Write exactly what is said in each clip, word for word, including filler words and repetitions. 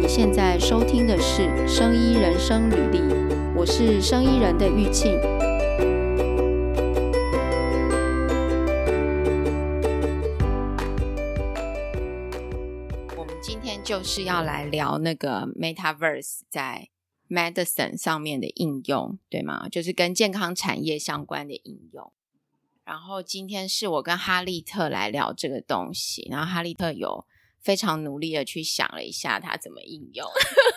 现在收听的是《生医人生履历》，我是生医人的玉庆。我们今天就是要来聊那个 Metaverse 在 Medicine 上面的应用，对吗？就是跟健康产业相关的应用。然后今天是我跟哈利特来聊这个东西，然后哈利特有非常努力的去想了一下他怎么应用。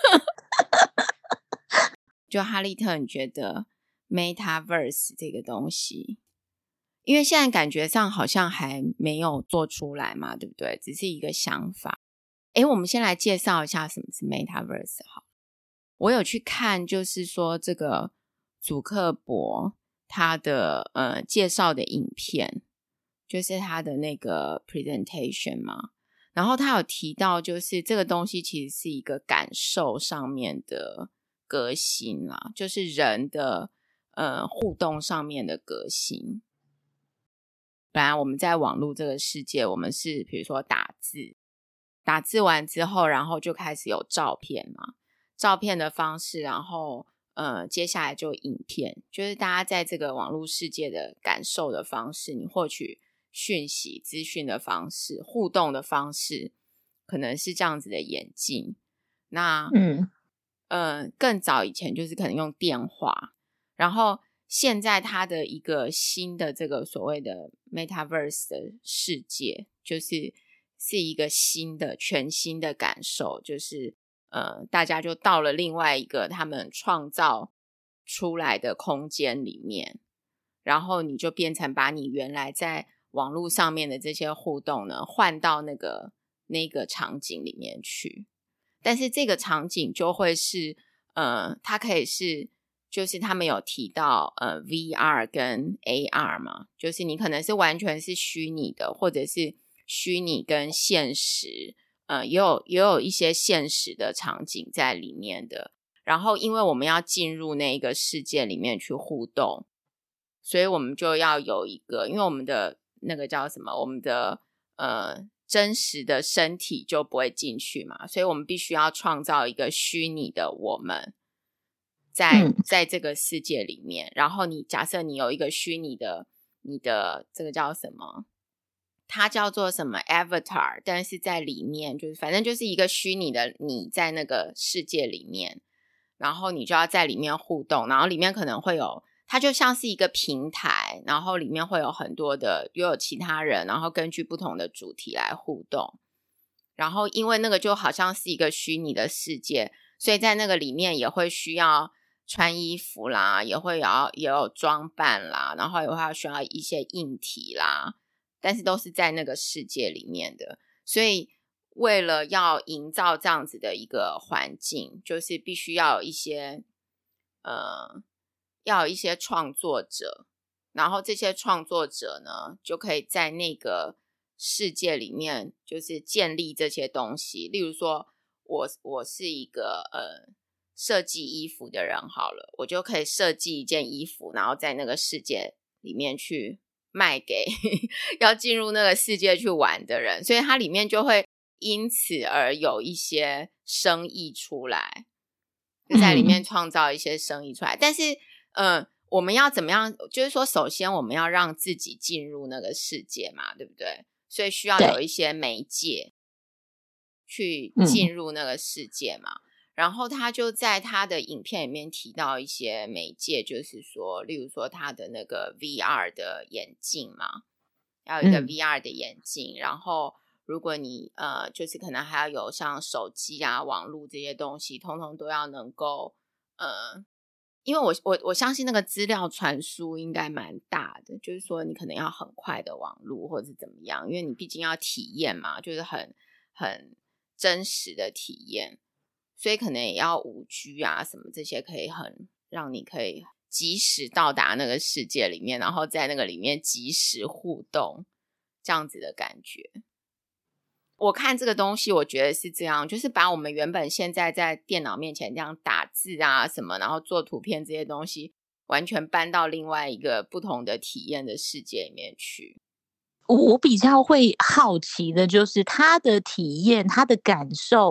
就哈利特，你觉得 Metaverse 这个东西，因为现在感觉上好像还没有做出来嘛，对不对？只是一个想法。诶，我们先来介绍一下什么是 Metaverse 好。我有去看就是说这个祖克伯他的呃介绍的影片，就是他的那个 presentation 嘛，然后他有提到就是这个东西其实是一个感受上面的革新啦，就是人的呃互动上面的革新。本来我们在网络这个世界，我们是比如说打字，打字完之后然后就开始有照片嘛，照片的方式，然后呃，接下来就影片，就是大家在这个网络世界的感受的方式，你获取讯息资讯的方式，互动的方式，可能是这样子的演进。那嗯呃，更早以前就是可能用电话，然后现在它的一个新的这个所谓的 Metaverse 的世界，就是是一个新的全新的感受，就是呃，大家就到了另外一个他们创造出来的空间里面，然后你就变成把你原来在网络上面的这些互动呢换到那个那个场景里面去。但是这个场景就会是呃，它可以是就是他们有提到呃 V R 跟 A R 嘛，就是你可能是完全是虚拟的，或者是虚拟跟现实呃，也有也有一些现实的场景在里面的。然后因为我们要进入那个世界里面去互动，所以我们就要有一个，因为我们的那个叫什么，我们的呃真实的身体就不会进去嘛，所以我们必须要创造一个虚拟的我们在在这个世界里面。然后你假设你有一个虚拟的你的这个叫什么，它叫做什么 avatar， 但是在里面就是反正就是一个虚拟的你在那个世界里面，然后你就要在里面互动，然后里面可能会有，它就像是一个平台，然后里面会有很多的又有其他人，然后根据不同的主题来互动。然后因为那个就好像是一个虚拟的世界，所以在那个里面也会需要穿衣服啦，也会有也有装扮啦，然后也会需要一些硬体啦，但是都是在那个世界里面的。所以为了要营造这样子的一个环境，就是必须要有一些呃，要有一些创作者，然后这些创作者呢就可以在那个世界里面就是建立这些东西。例如说我我是一个呃设计衣服的人好了，我就可以设计一件衣服，然后在那个世界里面去卖给要进入那个世界去玩的人，所以它里面就会因此而有一些生意出来，就在里面创造一些生意出来。嗯、但是呃，我们要怎么样，就是说首先我们要让自己进入那个世界嘛，对不对？所以需要有一些媒介去进入那个世界嘛。嗯，然后他就在他的影片里面提到一些媒介，就是说例如说他的那个 V R 的眼镜嘛，要有一个 V R 的眼镜，嗯、然后如果你呃就是可能还要有像手机啊网络这些东西通通都要能够呃因为我我我相信那个资料传输应该蛮大的，就是说你可能要很快的网络或者是怎么样，因为你毕竟要体验嘛，就是很很真实的体验，所以可能也要 五 G 啊什么这些可以很让你可以及时到达那个世界里面，然后在那个里面及时互动，这样子的感觉。我看这个东西我觉得是这样，就是把我们原本现在在电脑面前这样打字啊什么，然后做图片这些东西完全搬到另外一个不同的体验的世界里面去。 我比较会好奇的就是他的体验他的感受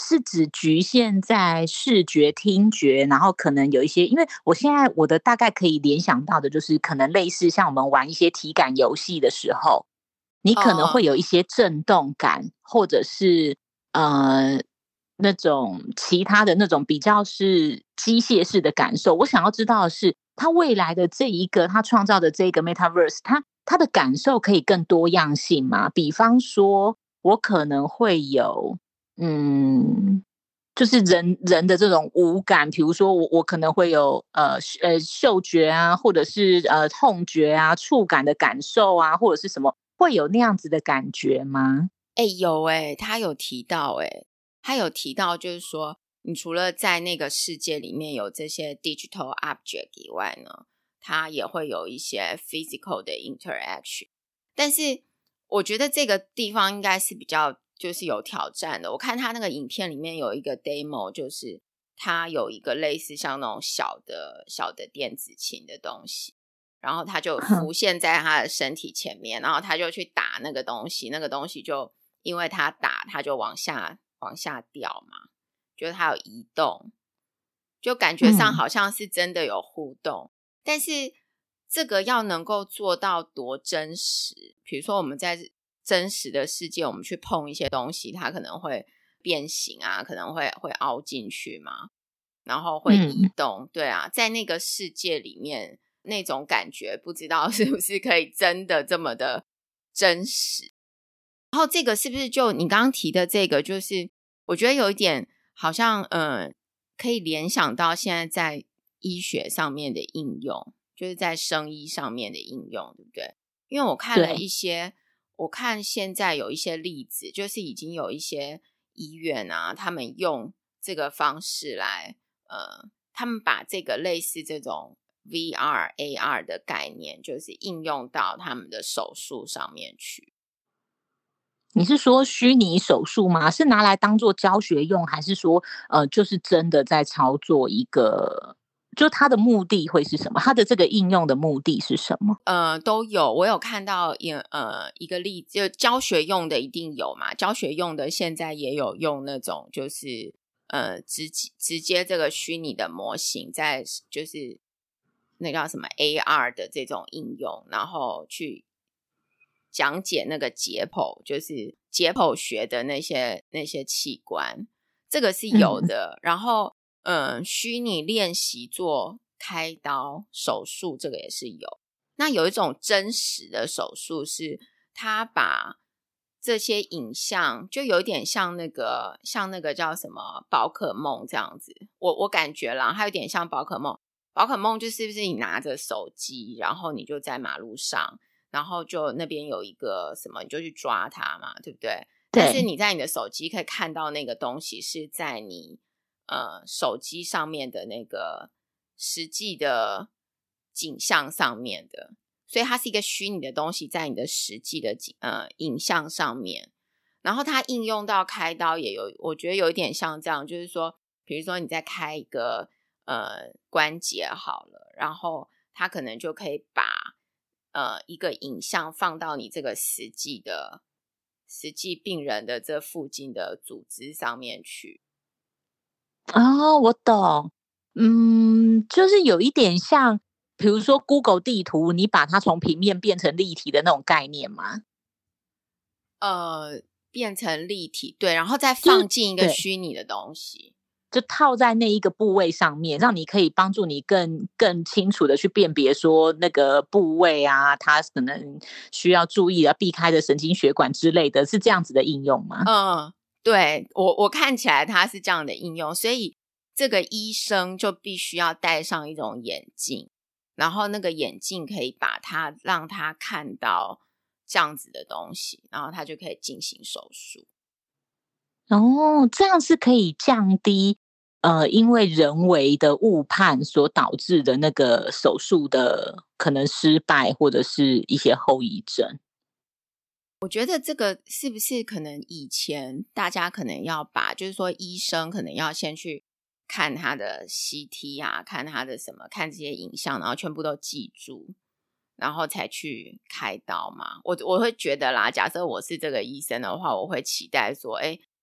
是指局限在视觉、听觉，然后可能有一些，因为我现在我的大概可以联想到的就是可能类似像我们玩一些体感游戏的时候，你可能会有一些震动感，或者是呃那种其他的那种比较是机械式的感受。我想要知道的是，它未来的这一个，它创造的这个 Metaverse， 它它的感受可以更多样性吗？比方说，我可能会有，嗯，就是人人的这种五感，比如说我我可能会有呃呃嗅觉啊，或者是呃痛觉啊、触感的感受啊，或者是什么，会有那样子的感觉吗？ 哎、欸，有哎、欸，他有提到哎、欸，他有提到就是说，你除了在那个世界里面有这些 digital object 以外呢，它也会有一些 physical 的 interaction。但是我觉得这个地方应该是比较就是有挑战的。我看他那个影片里面有一个 demo， 就是他有一个类似像那种小的小的电子琴的东西。然后他就浮现在他的身体前面，然后他就去打那个东西，那个东西就因为他打，他就往下往下掉嘛，就是他有移动，就感觉上好像是真的有互动。嗯、但是这个要能够做到多真实，比如说我们在真实的世界，我们去碰一些东西，它可能会变形啊，可能会会凹进去嘛，然后会移动，嗯、对啊，在那个世界里面。那种感觉不知道是不是可以真的这么的真实。然后这个是不是就你刚刚提的这个，就是我觉得有一点好像呃，可以联想到现在在医学上面的应用，就是在生医上面的应用，对不对？因为我看了一些，我看现在有一些例子，就是已经有一些医院啊，他们用这个方式来呃，他们把这个类似这种V R、A R 的概念就是应用到他们的手术上面去。 你是说虚拟手术吗？是拿来当做教学用，还是说呃，就是真的在操作一个？就它的目的会是什么？它的这个应用的目的是什么？ 呃，都有，我有看到一呃一个例子，就教学用的一定有嘛，教学用的现在也有用那种就是呃直直接这个虚拟的模型在就是那叫什么 A R 的这种应用，然后去讲解那个解剖，就是解剖学的那些那些器官，这个是有的。嗯、然后，嗯，虚拟练习做开刀手术，这个也是有。那有一种真实的手术是，他把这些影像，就有点像那个像那个叫什么宝可梦这样子。我我感觉啦，它有点像宝可梦。宝可梦就是不是你拿着手机，然后你就在马路上。然后就那边有一个什么，你就去抓它嘛，对不对？对。但是你在你的手机可以看到那个东西是在你呃手机上面的那个实际的景象上面的，所以它是一个虚拟的东西在你的实际的呃影像上面。然后它应用到开刀也有，我觉得有一点像这样，就是说，比如说你在开一个呃关节好了，然后它可能就可以把呃，一个影像放到你这个实际的实际病人的这附近的组织上面去。 哦，我懂。嗯，就是有一点像，比如说 Google 地图，你把它从平面变成立体的那种概念吗？ 呃，变成立体，对，然后再放进一个虚拟的东西。 就套在那一个部位上面，让你可以帮助你更更清楚的去辨别说那个部位啊，它可能需要注意啊，避开的神经血管之类的，是这样子的应用吗？ 嗯，对，我我看起来它是这样的应用，所以这个医生就必须要戴上一种眼镜，然后那个眼镜可以把它让他看到这样子的东西，然后他就可以进行手术。 哦，这样是可以降低呃，因为人为的误判所导致的那个手术的可能失败或者是一些后遗症。 我觉得这个是不是可能以前大家可能要把，就是说医生可能要先去看他的 C T 啊，看他的什么，看这些影像，然后全部都记住，然后才去开刀嘛。我我会觉得啦，假设我是这个医生的话，我会期待说，哎，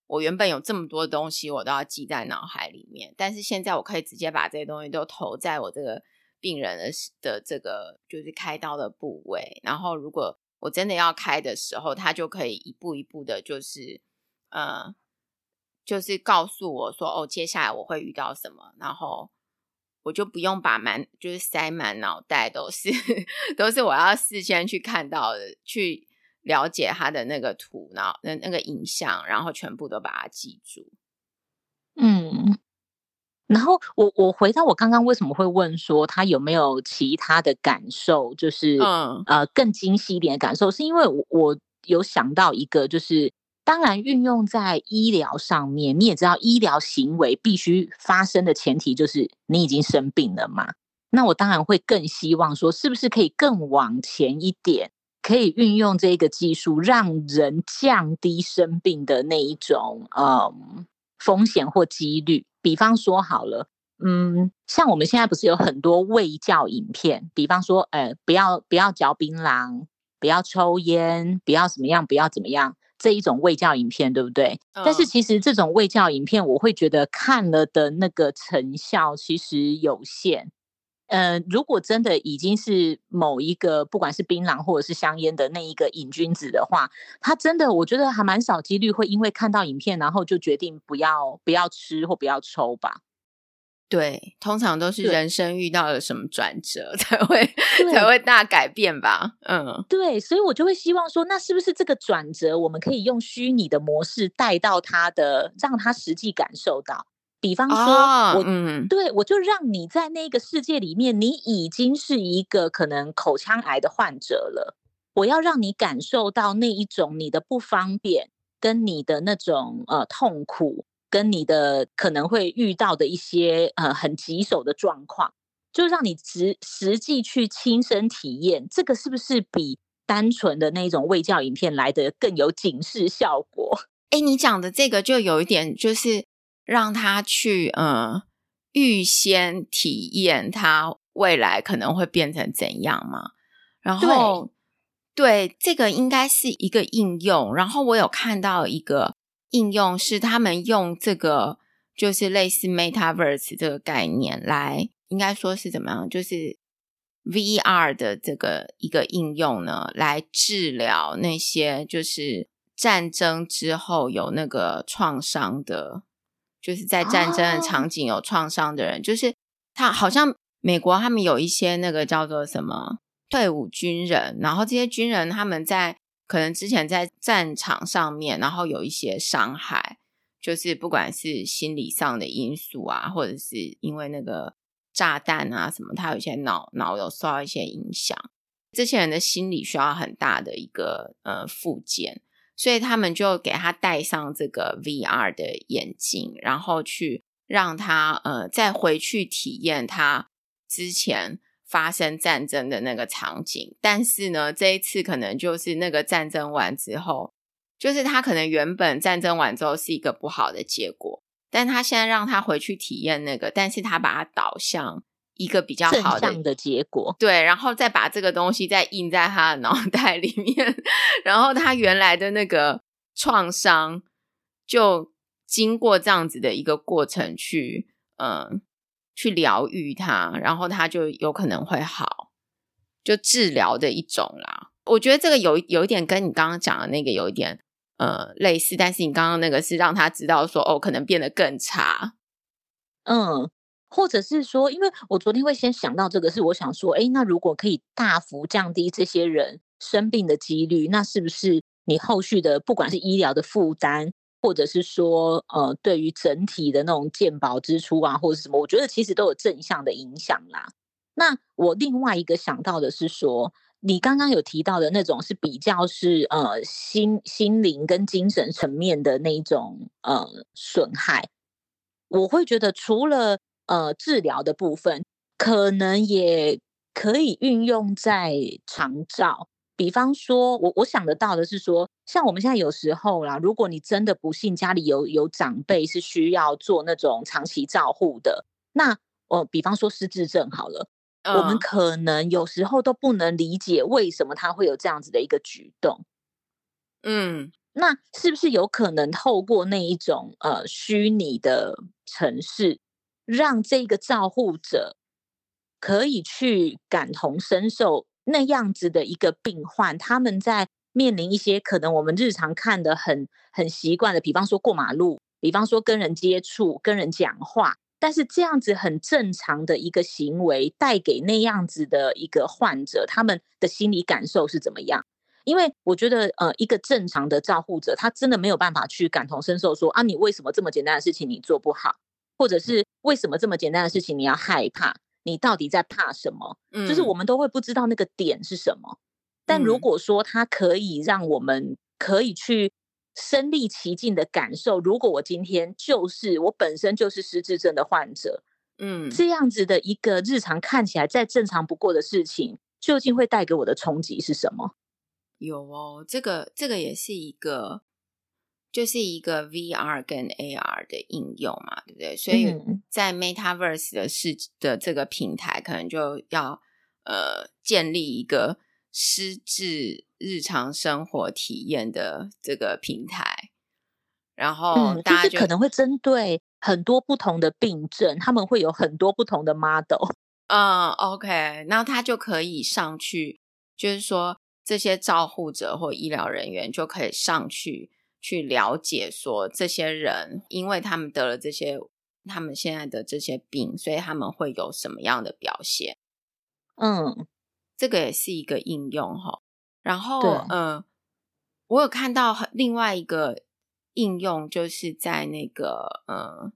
我原本有这么多东西我都要记在脑海里面，但是现在我可以直接把这些东西都投在我这个病人的的这个就是开刀的部位，然后如果我真的要开的时候，他就可以一步一步的就是呃，就是告诉我说哦，接下来我会遇到什么，然后我就不用把满就是塞满脑袋都是都是我要事先去看到的，去了解他的那个图，然后那那个影像，然后全部都把它记住。 嗯，然后我我回到我刚刚为什么会问说他有没有其他的感受，就是嗯呃更精细一点的感受，是因为我我有想到一个，就是当然运用在医疗上面，你也知道医疗行为必须发生的前提就是你已经生病了嘛，那我当然会更希望说是不是可以更往前一点，可以运用这个技术让人降低生病的那一种嗯风险或几率。比方说好了，嗯，像我们现在不是有很多卫教影片，比方说呃不要不要嚼槟榔，不要抽烟，不要怎么样，不要怎么样，这一种卫教影片，对不对？ 嗯， 但是其实这种卫教影片我会觉得看了的那个成效其实有限。呃，如果真的已经是某一个不管是槟榔或者是香烟的那一个瘾君子的话，他真的我觉得还蛮少几率会因为看到影片然后就决定不要不要吃或不要抽吧。 对，通常都是对人生遇到了什么转折才会才对会大改变吧。嗯， 对，所以我就会希望说，那是不是这个转折我们可以用虚拟的模式带到他的，让他实际感受到。比方说哦， 我嗯， 对，我就让你在那个世界里面，你已经是一个可能口腔癌的患者了，我要让你感受到那一种你的不方便，跟你的那种呃痛苦，跟你的可能会遇到的一些呃很棘手的状况，就让你实实际去亲身体验，这个是不是比单纯的那种卫教影片来的更有警示效果？ 诶，你讲的这个就有一点就是让他去呃预先体验他未来可能会变成怎样嘛。然后对，这个应该是一个应用，然后我有看到一个应用是他们用这个就是类似 Metaverse 这个概念来，应该说是怎么样，就是 V R 的这个一个应用呢，来治疗那些就是战争之后有那个创伤的，就是在战争的场景有创伤的人，就是他好像美国他们有一些那个叫做什么退伍军人，然后这些军人他们在可能之前在战场上面，然后有一些伤害，就是不管是心理上的因素啊，或者是因为那个炸弹啊什么，他有一些脑脑有受到一些影响，这些人的心理需要很大的一个呃复健，所以他们就给他戴上这个 V R 的眼镜，然后去让他呃再回去体验他之前发生战争的那个场景，但是呢这一次可能就是那个战争完之后，就是他可能原本战争完之后是一个不好的结果，但他现在让他回去体验那个，但是他把它导向一个比较好的正向的结果。 对，然后再把这个东西再印在他的脑袋里面，然后他原来的那个创伤就经过这样子的一个过程去嗯去疗愈它，然后它就有可能会好，就治疗的一种啦。我觉得这个有有一点跟你刚刚讲的那个有一点呃类似，但是你刚刚那个是让他知道说哦可能变得更差。 嗯，或者是说，因为我昨天会先想到这个，是我想说，诶，那如果可以大幅降低这些人生病的几率，那是不是你后续的不管是医疗的负担，或者是说呃对于整体的那种健保支出啊，或者是什么，我觉得其实都有正向的影响啦。那我另外一个想到的是说，你刚刚有提到的那种是比较是呃心心灵跟精神层面的那一种呃损害，我会觉得除了呃治疗的部分，可能也可以运用在长照。比方说，我我想得到的是说，像我们现在有时候啦，如果你真的不幸家里有有长辈是需要做那种长期照护的，那呃，比方说失智症好了，我们嗯可能有时候都不能理解为什么他会有这样子的一个举动。 嗯那是不是有可能透过那一种呃虚拟的程式，让这个照护者可以去感同身受那样子的一个病患，他们在面临一些可能我们日常看的很很习惯的，比方说过马路，比方说跟人接触、跟人讲话，但是这样子很正常的一个行为，带给那样子的一个患者，他们的心理感受是怎么样？因为我觉得，呃，一个正常的照护者，他真的没有办法去感同身受说，啊，你为什么这么简单的事情你做不好，或者是为什么这么简单的事情你要害怕，你到底在怕什么？嗯，就是我们都会不知道那个点是什么。但如果说他可以让我们可以去身临其境的感受，如果我今天就是我本身就是失智症的患者，嗯，这样子的一个日常看起来再正常不过的事情，究竟会带给我的冲击是什么？ 有哦，这个这个也是一个，就是一个 V R 跟 A R 的应用嘛，对不对？所以在 Metaverse 的世的这个平台，可能就要呃建立一个失智日常生活体验的这个平台，然后大家 就,、 嗯、就是可能会针对很多不同的病症，他们会有很多不同的 model。 嗯 ，OK， 然后他就可以上去，就是说这些照护者或医疗人员就可以上去去了解说这些人因为他们得了这些他们现在的这些病，所以他们会有什么样的表现。嗯，这个也是一个应用齁。然后嗯，我有看到另外一个应用，就是在那个嗯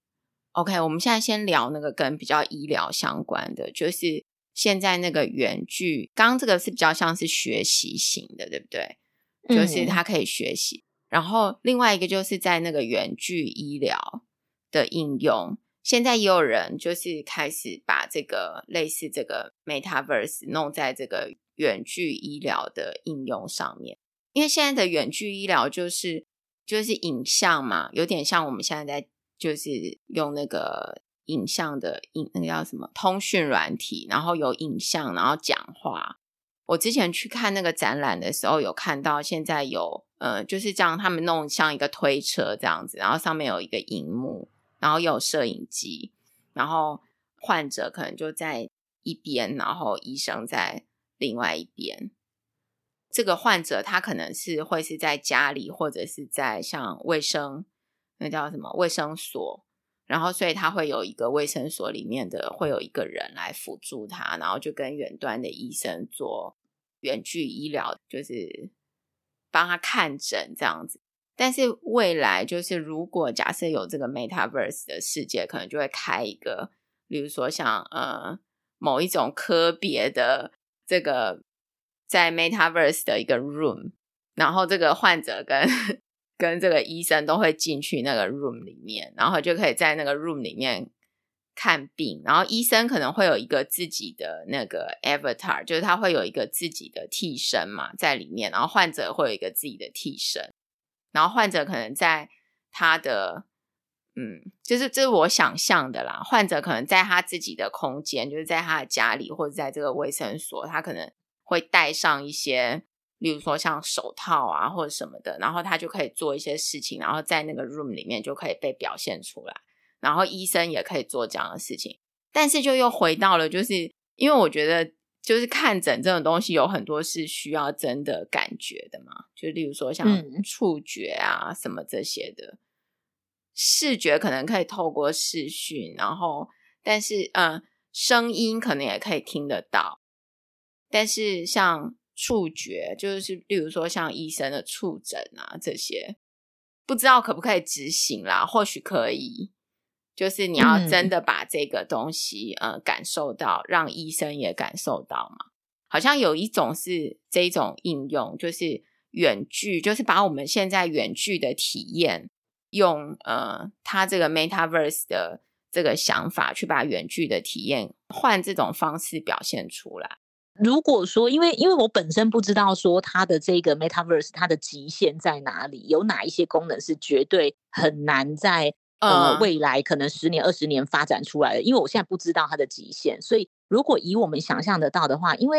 OK， 我们现在先聊那个跟比较医疗相关的，就是现在那个远距，刚刚这个是比较像是学习型的，对不对？就是它可以学习。嗯、然后另外一个就是在那个远距医疗的应用，现在也有人就是开始把这个类似这个 Metaverse 弄在这个远距医疗的应用上面。因为现在的远距医疗就是就是影像嘛，有点像我们现在在就是用那个影像的影那个叫什么通讯软体，然后有影像，然后讲话。我之前去看那个展览的时候，有看到现在有呃，就是这样，他们弄像一个推车这样子，然后上面有一个萤幕，然后又有摄影机，然后患者可能就在一边，然后医生在另外一边。这个患者他可能是会是在家里，或者是在像卫生那叫什么卫生所，然后所以他会有一个卫生所里面的会有一个人来辅助他，然后就跟远端的医生做远距医疗，就是帮他看诊这样子。但是未来就是如果假设有这个 Metaverse 的世界，可能就会开一个比如说像呃某一种科别的这个在 Metaverse 的一个 room， 然后这个患者跟跟这个医生都会进去那个 room 里面，然后就可以在那个 room 里面看病，然后医生可能会有一个自己的那个 avatar， 就是他会有一个自己的替身嘛在里面，然后患者会有一个自己的替身，然后患者可能在他的嗯，就是这是我想象的啦，患者可能在他自己的空间，就是在他的家里或者在这个卫生所，他可能会戴上一些例如说像手套啊或者什么的，然后他就可以做一些事情，然后在那个 room 里面就可以被表现出来，然后医生也可以做这样的事情。但是就又回到了就是因为我觉得就是看诊这种东西有很多是需要真的感觉的嘛，就例如说像触觉啊、嗯、什么这些的，视觉可能可以透过视讯，然后但是嗯，声音可能也可以听得到，但是像触觉就是例如说像医生的触诊啊这些不知道可不可以执行啦，或许可以，就是你要真的把这个东西、嗯、呃感受到，让医生也感受到嘛。好像有一种是这种应用，就是远距，就是把我们现在远距的体验用呃它这个 Metaverse 的这个想法去把远距的体验换这种方式表现出来。 如果说因为因为我本身不知道说它的这个 Metaverse 它的极限在哪里，有哪一些功能是绝对很难在呃未来可能十年二十年发展出来的，因为我现在不知道它的极限，所以如果以我们想象得到的话，因为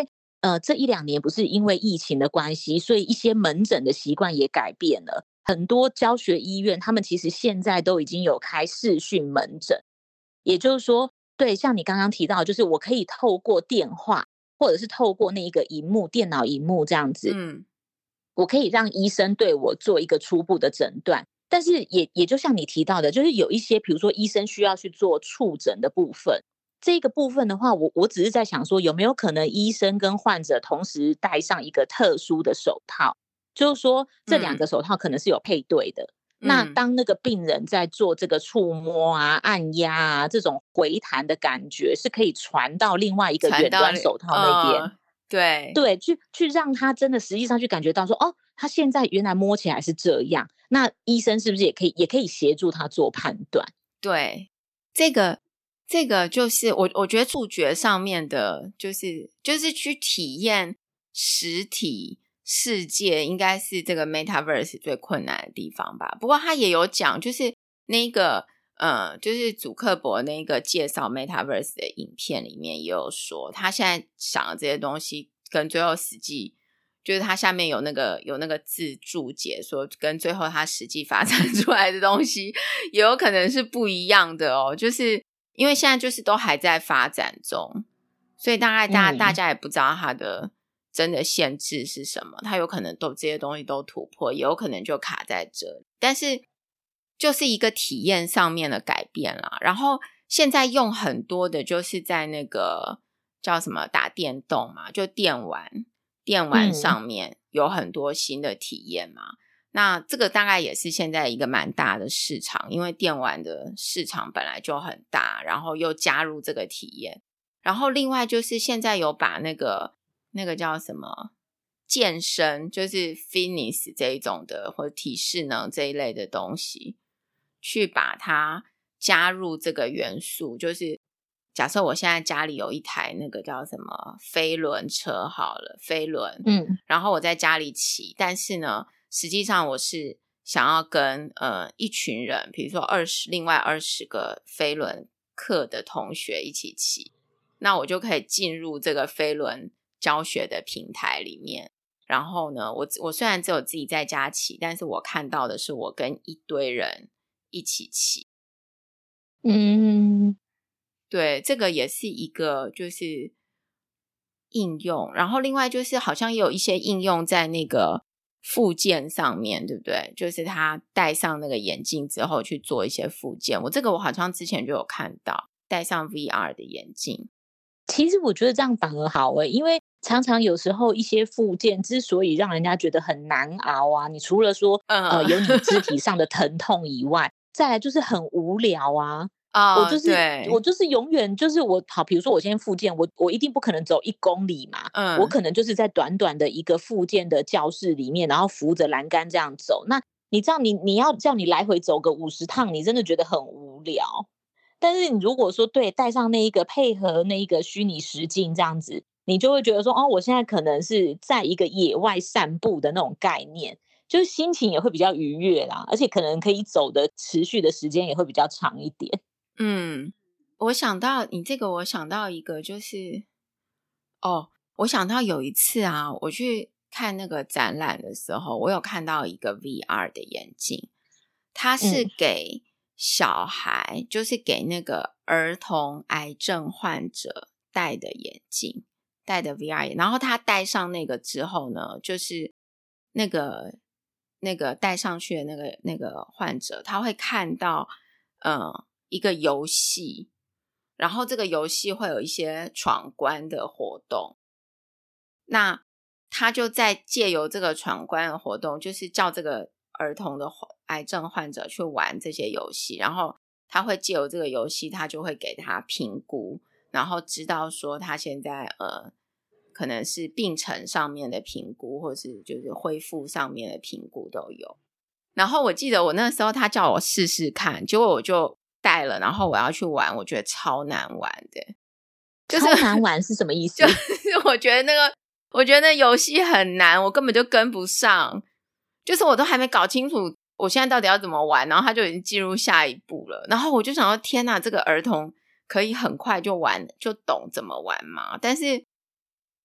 呃，这一两年不是因为疫情的关系，所以一些门诊的习惯也改变了。很多教学医院，他们其实现在都已经有开视讯门诊，也就是说，对，像你刚刚提到，就是我可以透过电话，或者是透过那个荧幕、电脑荧幕这样子， 嗯， 我可以让医生对我做一个初步的诊断。但是也也就像你提到的，就是有一些，比如说医生需要去做触诊的部分，这个部分的话，我我只是在想说，有没有可能医生跟患者同时戴上一个特殊的手套，就是说这两个手套可能是有配对的。嗯、那当那个病人在做这个触摸啊、按压啊这种回弹的感觉，是可以传到另外一个远端手套那边。 呃、对对，去去让他真的实际上去感觉到说，哦，他现在原来摸起来是这样，那医生是不是也可以也可以协助他做判断？ 对，这个这个就是我我觉得触觉上面的，就是就是去体验实体世界，应该是这个 Metaverse 最困难的地方吧。不过他也有讲，就是那个呃，就是祖克伯那个介绍 Metaverse 的影片里面也有说，他现在想的这些东西跟最后实际，就是他下面有那个有那个字注解说，跟最后他实际发展出来的东西也有可能是不一样的哦。就是因为现在就是都还在发展中，所以大概大家、嗯、大家也不知道它的真的限制是什么，它有可能都这些东西都突破，也有可能就卡在这里。但是就是一个体验上面的改变啦。然后现在用很多的就是在那个叫什么打电动嘛，就电玩电玩上面有很多新的体验嘛、嗯、那这个大概也是现在一个蛮大的市场，因为电玩的市场本来就很大，然后又加入这个体验。然后另外就是现在有把那个那个叫什么健身，就是 fitness 这一种的，或者体适能这一类的东西，去把它加入这个元素。就是假设我现在家里有一台那个叫什么飞轮车好了，飞轮，嗯，然后我在家里骑，但是呢实际上我是想要跟呃一群人，比如说二十另外二十个飞轮课的同学一起骑，那我就可以进入这个飞轮教学的平台里面。然后呢我我虽然只有自己在家骑，但是我看到的是我跟一堆人一起骑。嗯，对，这个也是一个就是应用。然后另外就是好像也有一些应用在那个复健上面，对不对？就是他戴上那个眼镜之后去做一些复健。我这个我好像之前就有看到，戴上 V R 的眼镜。 其实我觉得这样反而好欸，因为常常有时候一些复健之所以让人家觉得很难熬啊，你除了说、嗯、呃有你肢体上的疼痛以外，再来就是很无聊啊。哦、我就是我就是永远就是我好，比如说我今天复健，我我一定不可能走一公里嘛，嗯，我可能就是在短短的一个复健的教室里面，然后扶着栏杆这样走。那你这样你你要叫你来回走个五十趟，你真的觉得很无聊。但是你如果说对带上那一个配合那一个虚拟实境这样子，你就会觉得说哦，我现在可能是在一个野外散步的那种概念，就是心情也会比较愉悦啦，而且可能可以走的持续的时间也会比较长一点。 嗯，我想到你这个，我想到一个就是哦，我想到有一次啊，我去看那个展览的时候，我有看到一个 V R 的眼镜，它是给小孩、嗯、就是给那个儿童癌症患者戴的眼镜，戴的 V R 眼，然后他戴上那个之后呢，就是那个那个戴上去的那个那个患者，他会看到呃一个游戏，然后这个游戏会有一些闯关的活动，那他就在借由这个闯关的活动，就是叫这个儿童的癌症患者去玩这些游戏，然后他会借由这个游戏，他就会给他评估，然后知道说他现在呃可能是病程上面的评估，或是就是恢复上面的评估都有。然后我记得我那时候他叫我试试看，结果我就带了，然后我要去玩，我觉得超难玩的。 就是、超难玩是什么意思？ 就是我觉得那个我觉得那游戏很难，我根本就跟不上，就是我都还没搞清楚我现在到底要怎么玩，然后他就已经进入下一步了。然后我就想说天哪，这个儿童可以很快就玩就懂怎么玩嘛？但是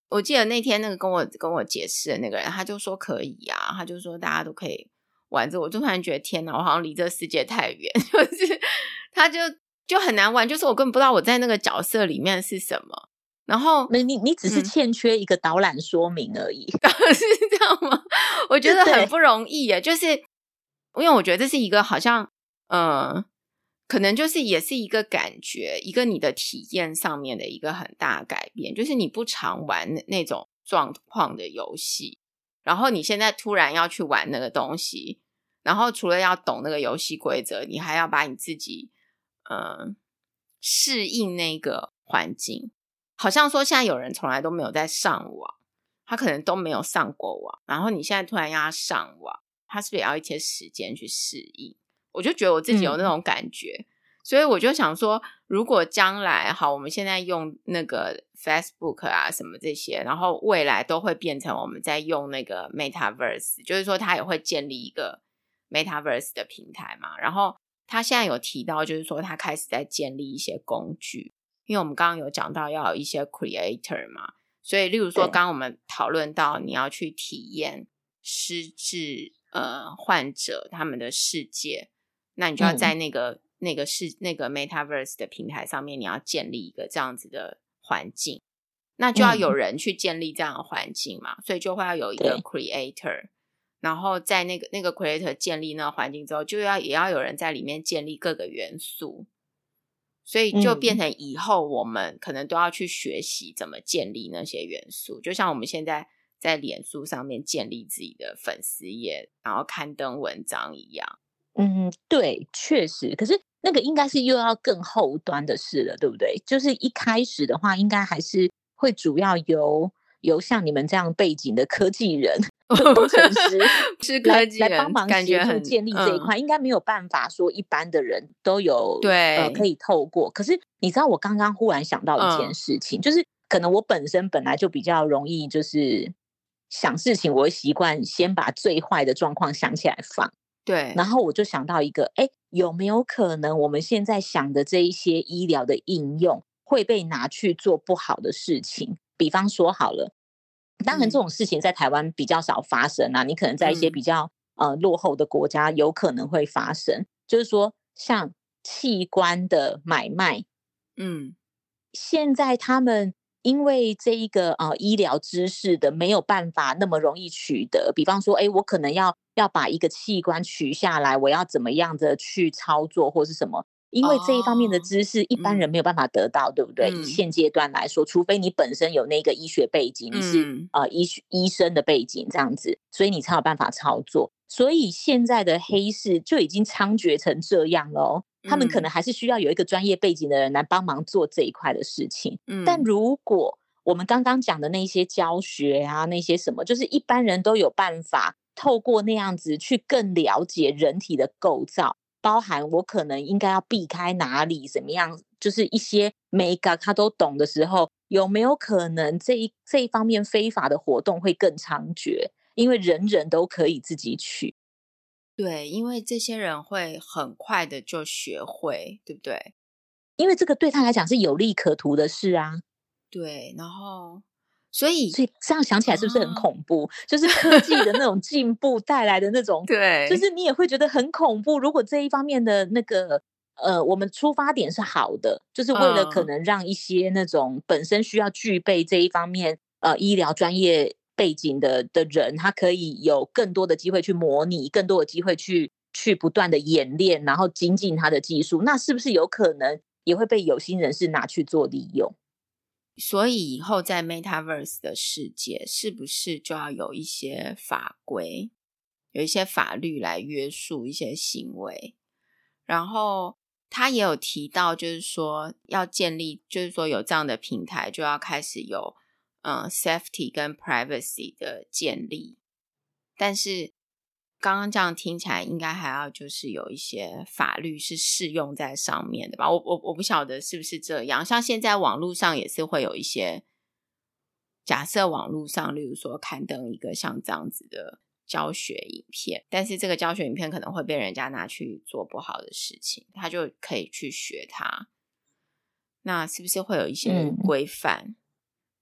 我记得那天那个跟我跟我解释的那个人，他就说可以啊，他就说大家都可以玩这，我就突然觉得天哪，我好像离这世界太远，就是他就就很难玩，就是我根本不知道我在那个角色里面是什么。然后你你只是欠缺一个导览说明而已， 嗯、是这样吗？我觉得很不容易耶，就是因为我觉得这是一个好像呃，可能就是也是一个感觉，一个你的体验上面的一个很大的改变，就是你不常玩那种状况的游戏，然后你现在突然要去玩那个东西，然后除了要懂那个游戏规则，你还要把你自己呃适应那个环境。好像说现在有人从来都没有在上网，他可能都没有上过网，然后你现在突然要他上网，他是不是也要一些时间去适应？我就觉得我自己有那种感觉、嗯、所以我就想说，如果将来好，我们现在用那个 Facebook 啊什么这些，然后未来都会变成我们在用那个 Metaverse， 就是说他也会建立一个 Metaverse 的平台嘛，然后他现在有提到就是说他开始在建立一些工具，因为我们刚刚有讲到要有一些 creator 嘛，所以例如说刚刚我们讨论到你要去体验失智呃患者他们的世界，那你就要在那个、嗯、那个是那个 Metaverse 的平台上面，你要建立一个这样子的环境，那就要有人去建立这样的环境嘛、嗯、所以就会要有一个 creator， 然后在那个那个 creator 建立那个环境之后，就要也要有人在里面建立各个元素，所以就变成以后我们可能都要去学习怎么建立那些元素，就像我们现在在脸书上面建立自己的粉丝页，然后刊登文章一样。 嗯，对，确实，可是那个应该是又要更后端的事了，对不对？就是一开始的话，应该还是会主要由由像你们这样背景的科技人工程师是科技人来帮忙协助建立这一块、嗯、应该没有办法说一般的人都有对、 呃、可以透过。可是你知道我刚刚忽然想到一件事情、嗯、就是可能我本身本来就比较容易就是想事情，我会习惯先把最坏的状况想起来放， 对， 然后我就想到一个，哎，有没有可能我们现在想的这一些医疗的应用会被拿去做不好的事情？比方说好了，当然这种事情在台湾比较少发生啊，你可能在一些比较、嗯、呃落后的国家有可能会发生，就是说像器官的买卖， 嗯， 现在他们因为这一个呃医疗知识的没有办法那么容易取得，比方说，哎，我可能要要把一个器官取下来，我要怎么样的去操作或是什么？因为这一方面的知识、哦、一般人没有办法得到，嗯、对不对？以现阶段来说，除非你本身有那个医学背景，你是、嗯、呃医医生的背景这样子，所以你才有办法操作。所以现在的黑市就已经猖獗成这样了哦。他们可能还是需要有一个专业背景的人来帮忙做这一块的事情、嗯、但如果我们刚刚讲的那些教学啊，那些什么，就是一般人都有办法透过那样子去更了解人体的构造，包含我可能应该要避开哪里怎么样，就是一些美感他都懂的时候，有没有可能这一这一方面非法的活动会更猖獗，因为人人都可以自己取。 对，因为这些人会很快的就学会，对不对？ 因为这个对他来讲是有利可图的事啊。 对，然后所以所以这样想起来是不是很恐怖、哦、就是科技的那种进步带来的那种对， 就是你也会觉得很恐怖。如果这一方面的那个呃，我们出发点是好的，就是为了可能让一些那种本身需要具备这一方面呃医疗专业背景的的人，他可以有更多的机会去模拟，更多的机会去去不断的演练，然后精进他的技术，那是不是有可能也会被有心人士拿去做利用？ 所以以后在 Metaverse 的世界是不是就要有一些法规，有一些法律来约束一些行为？然后他也有提到就是说要建立，就是说有这样的平台就要开始有嗯 safety 跟 privacy 的建立，但是刚刚这样听起来应该还要就是有一些法律是适用在上面的吧，我我我不晓得是不是这样。像现在网络上也是会有一些，假设网络上例如说刊登一个像这样子的教学影片，但是这个教学影片可能会被人家拿去做不好的事情，他就可以去学它，那是不是会有一些规范、嗯、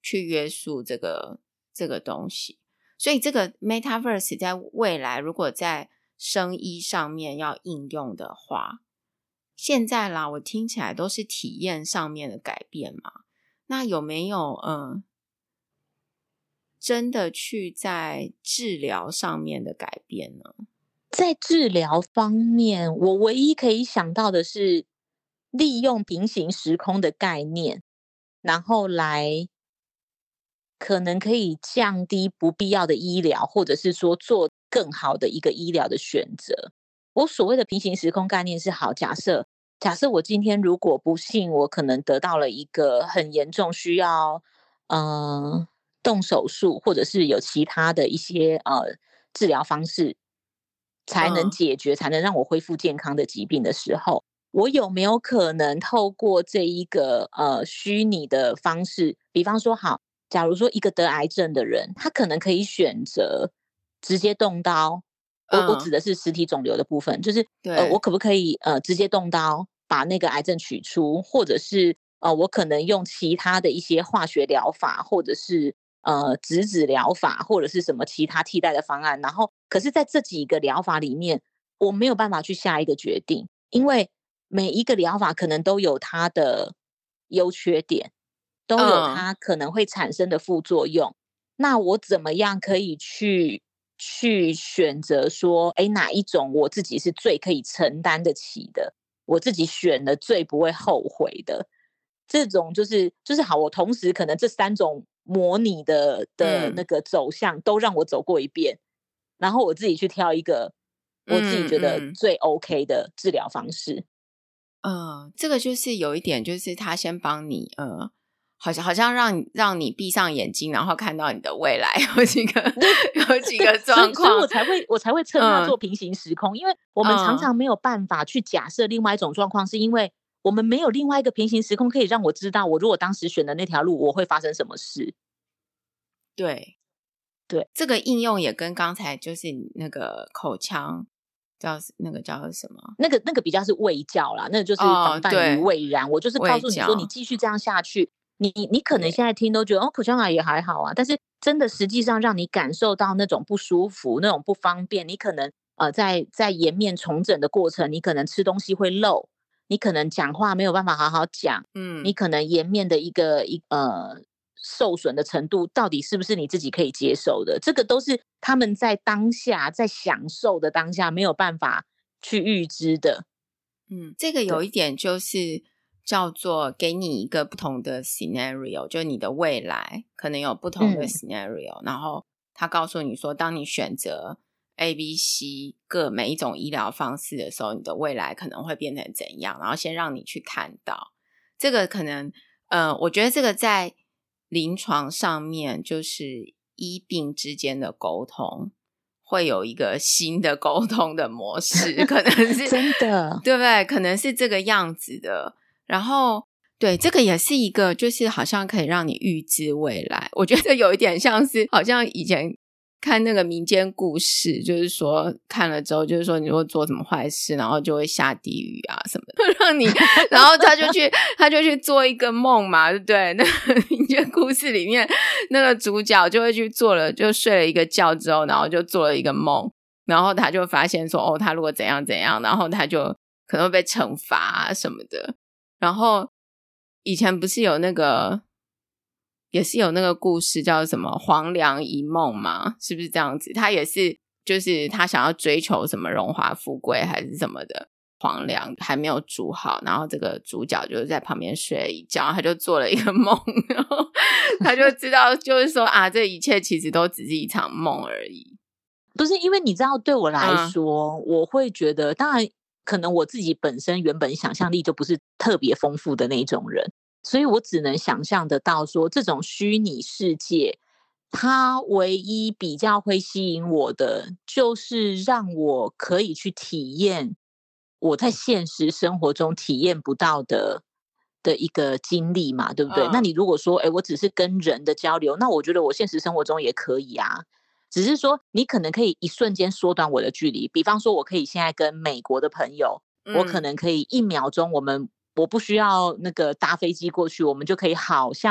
去约束这个这个东西。所以这个 Metaverse 在未来如果在生医上面要应用的话，现在啦我听起来都是体验上面的改变嘛，那有没有嗯真的去在治疗上面的改变呢？ 在治疗方面，我唯一可以想到的是利用平行时空的概念，然后来可能可以降低不必要的医疗，或者是说做更好的一个医疗的选择。我所谓的平行时空概念是，好，假设假设我今天如果不幸我可能得到了一个很严重需要呃动手术，或者是有其他的一些呃治疗方式才能解决、嗯、才能让我恢复健康的疾病的时候，我有没有可能透过这一个呃虚拟的方式，比方说好，假如说一个得癌症的人，他可能可以选择直接动刀，我我指的是实体肿瘤的部分，就是呃我可不可以呃直接动刀把那个癌症取出，或者是呃我可能用其他的一些化学疗法，或者是呃质子疗法，或者是什么其他替代的方案，然后可是在这几个疗法里面我没有办法去下一个决定，因为每一个疗法可能都有它的优缺点，都有它可能会产生的副作用、嗯、那我怎么样可以去去选择说，哎，哪一种我自己是最可以承担得起的，我自己选了最不会后悔的，这种就是就是好，我同时可能这三种模拟的的那个走向都让我走过一遍、嗯、然后我自己去挑一个我自己觉得最 OK 的治疗方式。 嗯，呃、这个就是有一点，就是他先帮你呃好像好像让让你闭上眼睛，然后看到你的未来有几个有几个状况， 所以所以我才会我才会称它做平行时空、嗯、因为我们常常没有办法去假设另外一种状况、嗯、是因为我们没有另外一个平行时空可以让我知道我如果当时选的那条路我会发生什么事。 对对， 这个应用也跟刚才就是那个口腔叫那个叫什么， 那个那个比较是卫教啦，那个就是防范于未然、哦、我就是告诉你说你继续这样下去，你你可能现在听都觉得哦口腔癌也还好啊，但是真的实际上让你感受到那种不舒服那种不方便，你可能呃在在颜面重整的过程，你可能吃东西会漏，你可能讲话没有办法好好讲，嗯，你可能颜面的一个一呃受损的程度到底是不是你自己可以接受的，这个都是他们在当下在享受的当下没有办法去预知的。 嗯，这个有一点就是叫做给你一个不同的 scenario， 就你的未来可能有不同的 scenario、嗯、然后他告诉你说当你选择 A、B、C 各每一种医疗方式的时候，你的未来可能会变成怎样，然后先让你去看到这个可能呃，我觉得这个在临床上面就是医病之间的沟通会有一个新的沟通的模式，可能是真的， 对不对？可能是这个样子的。然后，对，这个也是一个，就是好像可以让你预知未来。我觉得有一点像是，好像以前看那个民间故事，就是说看了之后，就是说你如果做什么坏事，然后就会下地狱啊什么的，让你，然后他就去，他就去做一个梦嘛，对不对？那个民间故事里面，那个主角就会去做了，就睡了一个觉之后，然后就做了一个梦，然后他就发现说，哦，他如果怎样怎样，然后他就可能会被惩罚啊什么的。然后以前不是有那个。也是有那个故事叫什么黄粱一梦嘛，是不是这样子？他也是就是他想要追求什么荣华富贵还是什么的，黄粱还没有煮好，然后这个主角就在旁边睡了一觉，他就做了一个梦，然后他就知道就是说啊，这一切其实都只是一场梦而已。 不是，因为你知道对我来说、嗯、我会觉得当然可能我自己本身原本想象力就不是特别丰富的那种人，所以我只能想象得到说这种虚拟世界它唯一比较会吸引我的就是让我可以去体验我在现实生活中体验不到的的一个经历嘛，对不对、嗯、那你如果说诶我只是跟人的交流，那我觉得我现实生活中也可以啊，只是说你可能可以一瞬间缩短我的距离，比方说我可以现在跟美国的朋友、嗯、我可能可以一秒钟我们我不需要那个搭飞机过去，我们就可以好像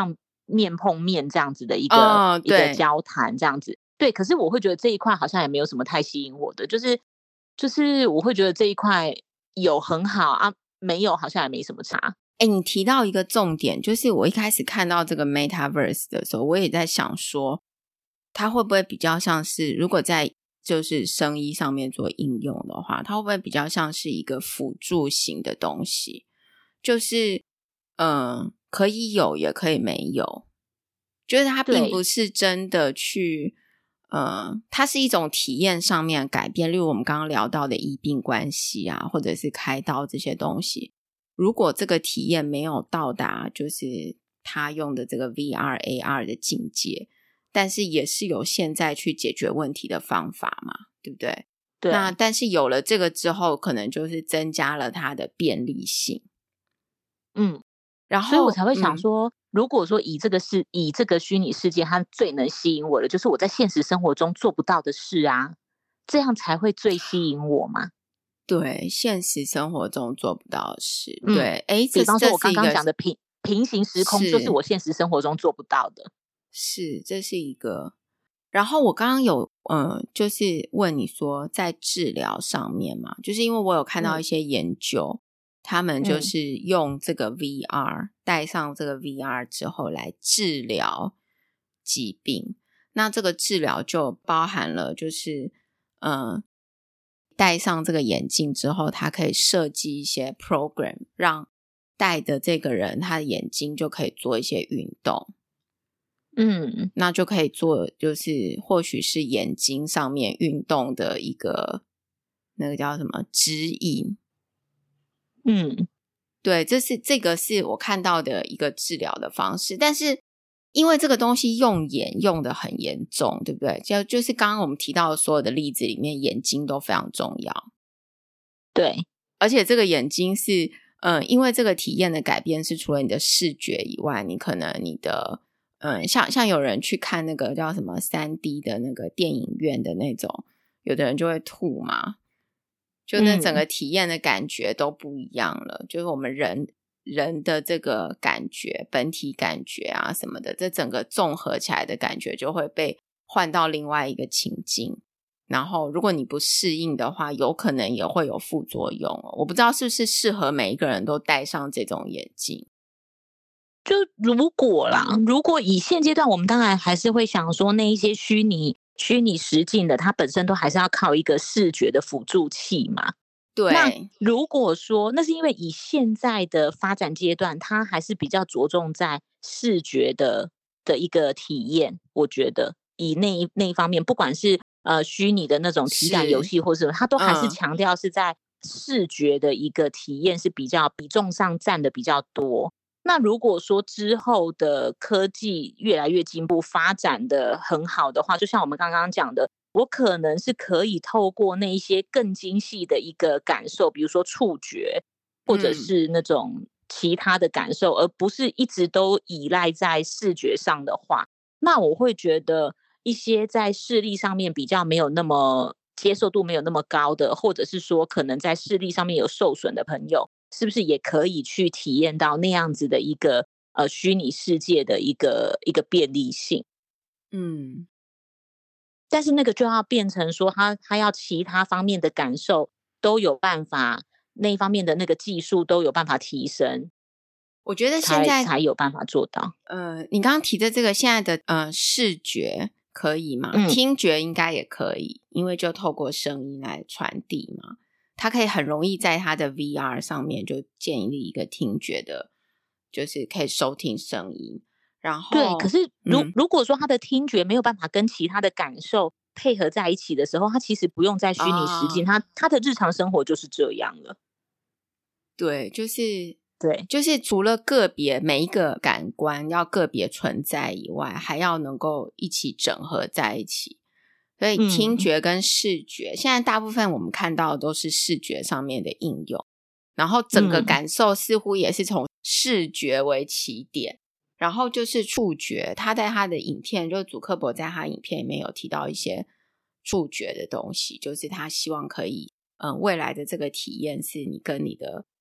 面碰面这样子的一个、 哦、 一个交谈这样子。对，可是我会觉得这一块好像也没有什么太吸引我的，就是就是我会觉得这一块有很好啊，没有好像也没什么差。 哎，你提到一个重点，就是我一开始看到这个 Metaverse 的时候，我也在想说，它会不会比较像是，如果在就是生意上面做应用的话，它会不会比较像是一个辅助型的东西，就是嗯，可以有也可以没有，就是它并不是真的去呃，它是一种体验上面的改变，例如我们刚刚聊到的医病关系啊，或者是开刀这些东西，如果这个体验没有到达就是他用的这个 V R A R 的境界，但是也是有现在去解决问题的方法嘛，对不对？ 对。 那但是有了这个之后，可能就是增加了它的便利性。 嗯， 然后所以我才会想嗯说，如果说以这个是以这个虚拟世界，它最能吸引我的，就是我在现实生活中做不到的事啊，这样才会最吸引我嘛。 对，现实生活中做不到的事。 嗯， 对，诶，这比方说我刚刚这是一个讲的平平行时空，就是是我现实生活中做不到的。 是，这是一个。然后我刚刚有呃，就是问你说在治疗上面嘛，就是因为我有看到一些研究，他们就是用这个 V R 戴上这个 V R 之后来治疗疾病。那这个治疗就包含了就是呃，戴上这个眼镜之后，它可以设计一些 program， 让戴的这个人他的眼睛就可以做一些运动。 嗯， 那就可以做就是或许是眼睛上面运动的一个那个叫什么指引。 嗯， 对，这是这个是我看到的一个治疗的方式，但是因为这个东西用眼用的很严重，对不对？就就是刚刚我们提到的所有的例子里面，眼睛都非常重要。 对， 而且这个眼睛是嗯，因为这个体验的改变是除了你的视觉以外，你可能你的嗯，像像有人去看那个叫什么 三 D 的那个电影院的那种，有的人就会吐嘛，就那整个体验的感觉都不一样了。嗯、就是我们人人的这个感觉本体感觉啊什么的，这整个综合起来的感觉就会被换到另外一个情境，然后如果你不适应的话，有可能也会有副作用。我不知道是不是适合每一个人都戴上这种眼镜。 就如果啦，如果以现阶段，我们当然还是会想说，那一些虚拟虚拟实境的，它本身都还是要靠一个视觉的辅助器嘛。 对。 那如果说，那是因为以现在的发展阶段，它还是比较着重在视觉的的一个体验。我觉得以那一那一方面，不管是呃虚拟的那种体感游戏，或是什么，它都还是强调是在视觉的一个体验是比较比重上占的比较多。那如果说之后的科技越来越进步，发展的很好的话，就像我们刚刚讲的，我可能是可以透过那一些更精细的一个感受，比如说触觉，或者是那种其他的感受，嗯、而不是一直都依赖在视觉上的话，那我会觉得一些在视力上面比较没有那么接受度没有那么高的，或者是说可能在视力上面有受损的朋友，是不是也可以去体验到那样子的一个呃虚拟世界的一个一个便利性？ 嗯， 但是那个就要变成说他他要其他方面的感受都有办法，那一方面的那个技术都有办法提升， 我觉得现在才才有办法做到。 呃，你刚刚提的这个现在的呃视觉可以吗？ 嗯， 听觉应该也可以，因为就透过声音来传递嘛。它可以很容易在它的 V R 上面就建立一个听觉的，就是可以收听声音。然后对，可是如、 嗯、 如果说他的听觉没有办法跟其他的感受配合在一起的时候，他其实不用在虚拟实境，他、 啊、 他的日常生活就是这样了。 对，就是对， 就是除了个别每一个感官要个别存在以外，还要能够一起整合在一起。所以听觉跟视觉、嗯、现在大部分我们看到的都是视觉上面的应用，然后整个感受似乎也是从视觉为起点、嗯、然后就是触觉，他在他的影片，就是祖克伯在他影片里面有提到一些触觉的东西，就是他希望可以嗯，未来的这个体验是你跟你的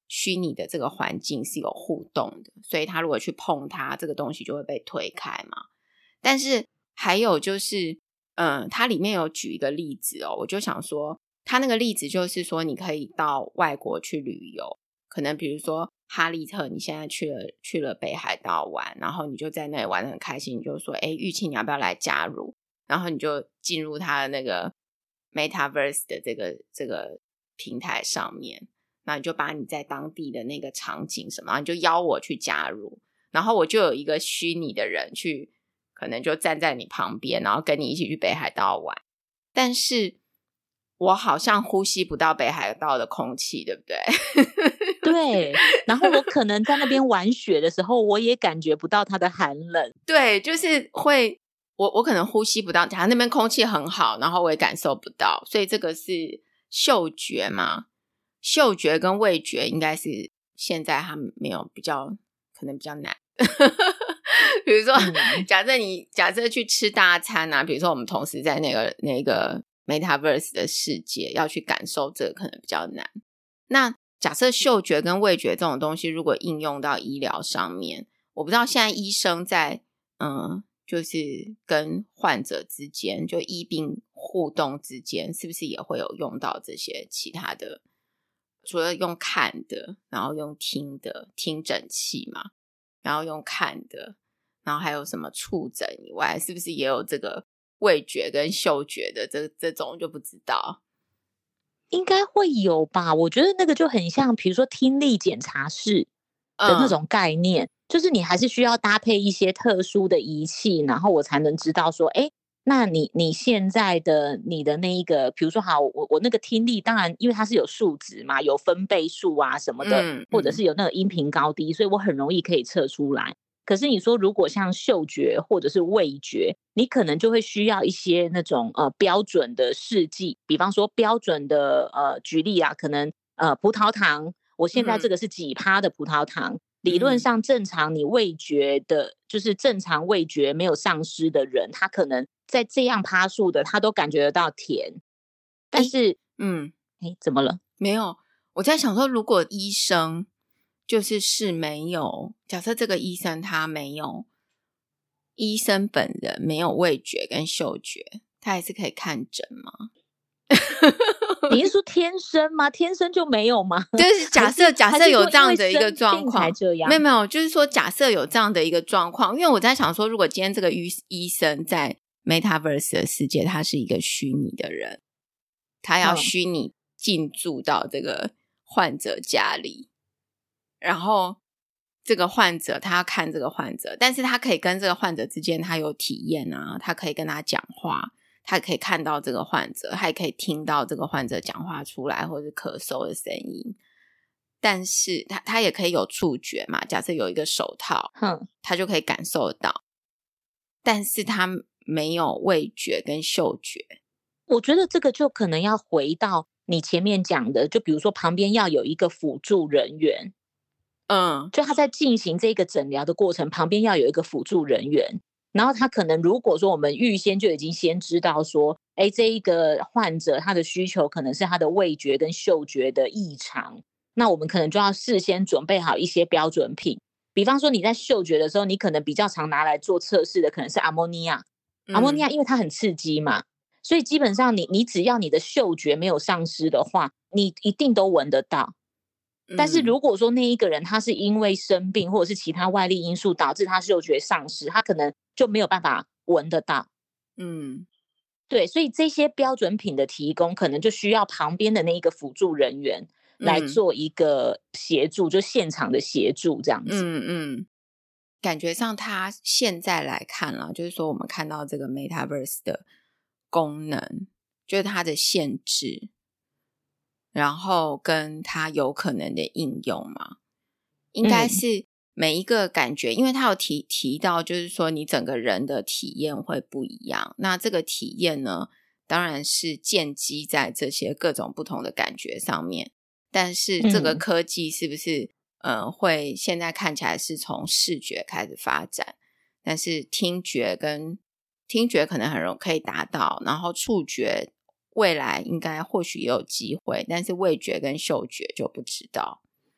虚拟的这个环境是有互动的，所以他如果去碰它，这个东西就会被推开嘛。但是还有就是嗯，它里面有举一个例子哦，我就想说它那个例子就是说你可以到外国去旅游，可能比如说哈利特你现在去了去了北海道玩，然后你就在那里玩得很开心，你就说诶玉庆你要不要来加入，然后你就进入他的那个 Metaverse 的这个这个平台上面，那你就把你在当地的那个场景什么，你就邀我去加入，然后我就有一个虚拟的人去可能就站在你旁边，然后跟你一起去北海道玩，但是我好像呼吸不到北海道的空气，对不对？ 对，然后我可能在那边玩雪的时候我也感觉不到它的寒冷。 对，就是会我我可能呼吸不到，假如那边空气很好，然后我也感受不到，所以这个是嗅觉嘛，嗅觉跟味觉应该是现在他们没有比较可能比较难比如说、嗯、假设你假设去吃大餐啊，比如说我们同时在那个那个 Metaverse 的世界要去感受这个可能比较难。那假设嗅觉跟味觉这种东西如果应用到医疗上面，我不知道现在医生在嗯，就是跟患者之间就医病互动之间是不是也会有用到这些其他的，除了用看的然后用听的听诊器嘛，然后用看的，然后还有什么触诊以外，是不是也有这个味觉跟嗅觉的这这种就不知道。 应该会有吧，我觉得那个就很像比如说听力检查室的那种概念、嗯、就是你还是需要搭配一些特殊的仪器，然后我才能知道说诶那你你现在的你的那一个比如说好我我那个听力当然因为它是有数值嘛，有分贝数啊什么的、嗯、或者是有那个音频高低，所以我很容易可以测出来。可是你说如果像嗅觉或者是味觉，你可能就会需要一些那种呃标准的试剂，比方说标准的呃举例啊，可能呃葡萄糖，我现在这个是几趴的葡萄糖、嗯、理论上正常你味觉的就是正常味觉没有丧失的人，他可能在这样趴数的他都感觉得到甜。但是嗯诶怎么了？ 没有，我在想说如果医生就是是没有，假设这个医生他没有，医生本人没有味觉跟嗅觉，他还是可以看诊吗？ 你是说天生吗？天生就没有吗？ 就是假设假设有这样的一个状况， 没有没有，就是说假设有这样的一个状况，因为我在想说如果今天这个医医生在 Metaverse 的世界，他是一个虚拟的人，他要虚拟进驻到这个患者家里、嗯、然后这个患者他要看这个患者，但是他可以跟这个患者之间他有体验啊，他可以跟他讲话，他可以看到这个患者，他也可以听到这个患者讲话出来或者咳嗽的声音，但是他他也可以有触觉嘛，假设有一个手套、嗯、他就可以感受到，但是他没有味觉跟嗅觉。 我觉得这个就可能要回到你前面讲的，就比如说旁边要有一个辅助人员，嗯，就他在进行这个诊疗的过程旁边要有一个辅助人员，然后他可能如果说我们预先就已经先知道说诶这一个患者他的需求可能是他的味觉跟嗅觉的异常，那我们可能就要事先准备好一些标准品，比方说你在嗅觉的时候你可能比较常拿来做测试的可能是阿莫尼亚、嗯、阿莫尼亚因为它很刺激嘛，所以基本上你你只要你的嗅觉没有丧失的话你一定都闻得到。但是如果说那一个人他是因为生病或者是其他外力因素导致他嗅觉丧失，他可能就没有办法闻得到。嗯，对，所以这些标准品的提供可能就需要旁边的那一个辅助人员来做一个协助、嗯、就现场的协助这样子。 嗯嗯，感觉上他现在来看了，就是说我们看到这个 Metaverse 的功能就是它的限制，然后跟它有可能的应用嘛，应该是每一个感觉、嗯、因为它有提提到就是说你整个人的体验会不一样，那这个体验呢当然是建基在这些各种不同的感觉上面，但是这个科技是不是、嗯、呃，会现在看起来是从视觉开始发展，但是听觉跟听觉可能很容易可以达到，然后触觉未来应该或许也有机会，但是味觉跟嗅觉就不知道。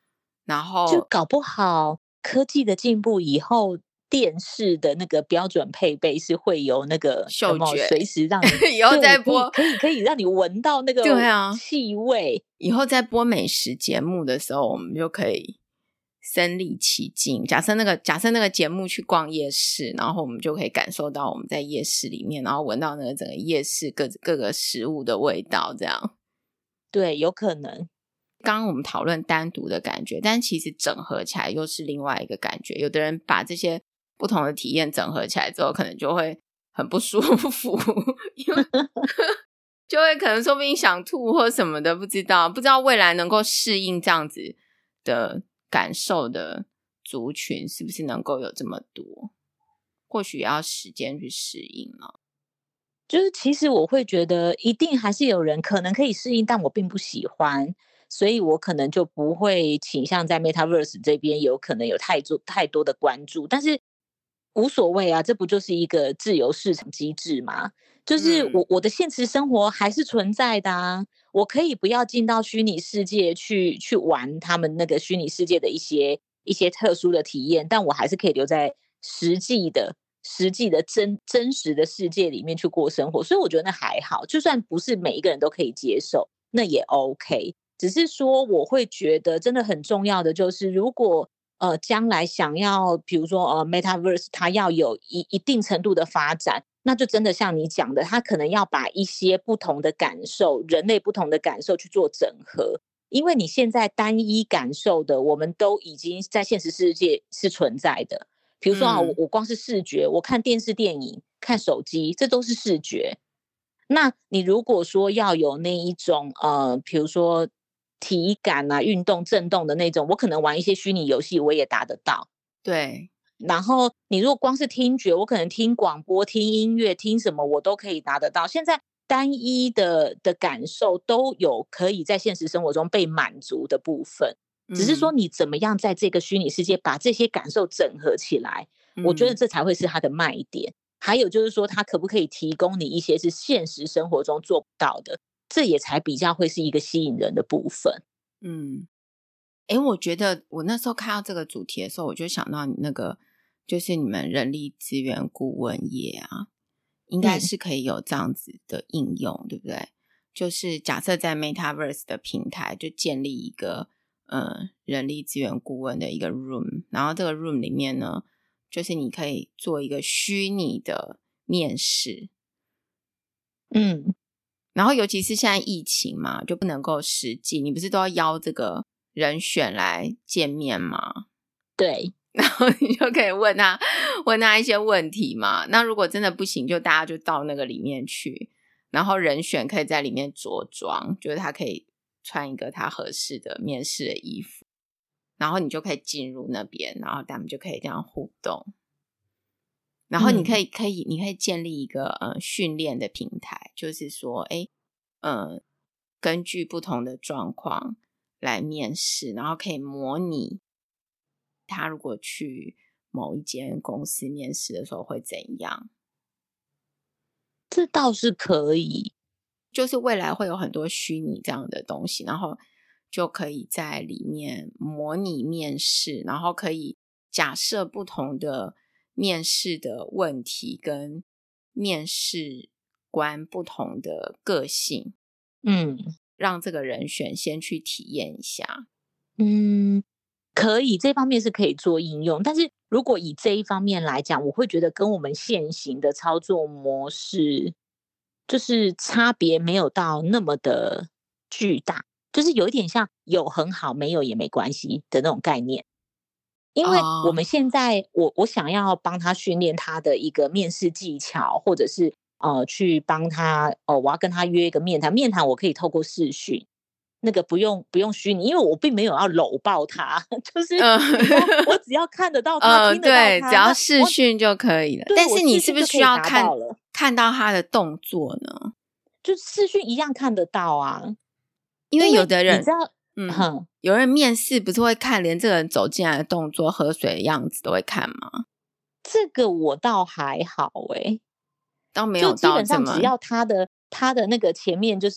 然后就搞不好科技的进步以后，电视的那个标准配备是会有那个有没有嗅觉随时让你以后再对播可以可以可以让你闻到那个对啊气味。 以后在播美食节目的时候，我们就可以身临其境。假设那个假设那个节目去逛夜市，然后我们就可以感受到我们在夜市里面，然后闻到那个整个夜市各各个食物的味道，这样。 对，有可能。 刚刚我们讨论单独的感觉，但其实整合起来又是另外一个感觉。有的人把这些不同的体验整合起来之后，可能就会很不舒服，因为就会可能说不定想吐或什么的，不知道不知道未来能够适应这样子的感受的族群是不是能够有这么多，或许也要时间去适应了。 就是其实我会觉得一定还是有人可能可以适应，但我并不喜欢，所以我可能就不会倾向在 Metaverse 这边有可能有太多太多的关注，但是无所谓啊，这不就是一个自由市场机制吗？就是我、 嗯、 我的现实生活还是存在的啊，我可以不要进到虚拟世界去去玩他们那个虚拟世界的一些一些特殊的体验，但我还是可以留在实际的实际的真真实的世界里面去过生活，所以我觉得那还好，就算不是每一个人都可以接受，那也 OK。只是说我会觉得真的很重要的就是，如果呃将来想要，比如说呃 Metaverse 它要有一一定程度的发展，那就真的像你讲的，它可能要把一些不同的感受，人类不同的感受去做整合。因为你现在单一感受的，我们都已经在现实世界是存在的。比如说啊，我我光是视觉，我看电视、电影、看手机，这都是视觉。那你如果说要有那一种呃，比如说体感啊、运动、震动的那种，我可能玩一些虚拟游戏，我也达得到。 对， 然后你如果光是听觉，我可能听广播、听音乐、听什么，我都可以达得到。现在单一的的感受都有可以在现实生活中被满足的部分。只是说嗯你怎么样在这个虚拟世界把这些感受整合起来，我觉得嗯这才会是它的卖点。还有就是说，它可不可以提供你一些是现实生活中做不到的，这也才比较会是一个吸引人的部分。 嗯，诶，我觉得我那时候看到这个主题的时候，我就想到你那个就是你们人力资源顾问业啊，应该是可以有这样子的应用，嗯、对不对？就是假设在 Metaverse 的平台就建立一个呃人力资源顾问的一个 room， 然后这个 room 里面呢，就是你可以做一个虚拟的面试， 嗯， 然后尤其是现在疫情嘛，就不能够实际，你不是都要邀这个人选来见面吗？ 对。 然后你就可以问他问他一些问题嘛。那如果真的不行，就大家就到那个里面去，然后人选可以在里面着装，就是他可以穿一个他合适的面试的衣服，然后你就可以进入那边，然后他们就可以这样互动。然后你可以可以你可以建立一个呃训练的平台，就是说诶呃根据不同的状况来面试，然后可以模拟他如果去某一间公司面试的时候会怎样。 这倒是可以， 就是未来会有很多虚拟这样的东西，然后就可以在里面模拟面试，然后可以假设不同的面试的问题跟面试官不同的个性， 嗯让这个人选先去体验一下。 嗯，可以，这方面是可以做应用。但是如果以这一方面来讲，我会觉得跟我们现行的操作模式就是差别没有到那么的巨大，就是有一点像有很好，没有也没关系的那种概念。因为我们哦， 现在，我我想要帮他训练他的一个面试技巧，或者是呃去帮他哦，我要跟他约一个面谈，面谈我可以透过视讯，那个不用不用虚拟，因为我并没有要搂抱他，就是嗯你知道，我只要看得到他， 呃， 听得到对，只他， 要那我视讯就可以了。 对我但是你视讯就可是不是需以达到要看了， 看到他的动作呢？ 就视讯一样看得到啊， 因为因有的人， 为你知道， 嗯， 哼， 有人面试不是会看连这个人走进来的动作、喝水的样子都会看吗？ 这个我倒还好诶、 倒没有就基本到这么， 上只要他的他的那个前面就是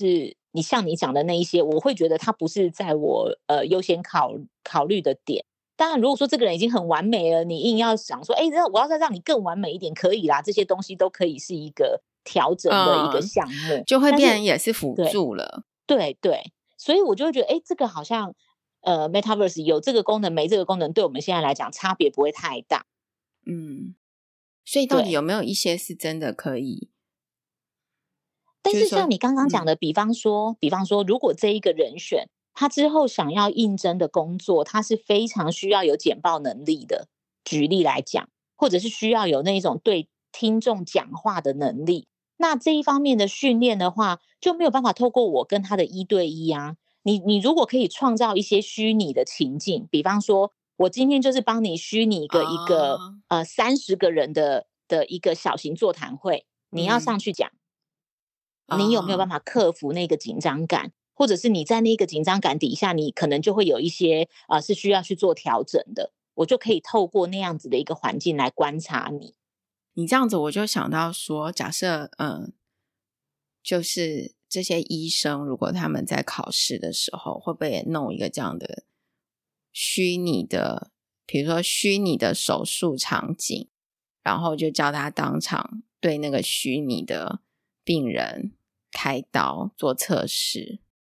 你像你讲的那一些，我会觉得它不是在我呃优先考考虑的点。当然如果说这个人已经很完美了，你硬要想说哎，我要再让你更完美一点，可以啦，这些东西都可以是一个调整的一个项目， 嗯、就会变成也是辅助了。 对 对, 对，所以我就会觉得哎，这个好像呃 Metaverse 有这个功能没这个功能，对我们现在来讲差别不会太大。 嗯，所以到底有没有一些是真的可以？ 但是像你刚刚讲的、嗯、比方说比方说如果这一个人选他之后想要应征的工作，他是非常需要有简报能力的，举例来讲，或者是需要有那种对听众讲话的能力，那这一方面的训练的话就没有办法透过我跟他的一对一啊。你你如果可以创造一些虚拟的情境，比方说我今天就是帮你虚拟一个、oh. 一个呃三十个人的的一个小型座谈会，你要上去讲、嗯、你有没有办法克服那个紧张感、oh. 或者是你在那个紧张感底下，你可能就会有一些呃是需要去做调整的，我就可以透过那样子的一个环境来观察你。 你这样子我就想到说，假设嗯，就是这些医生如果他们在考试的时候，会不会也弄一个这样的虚拟的，比如说虚拟的手术场景，然后就叫他当场对那个虚拟的病人开刀做测试。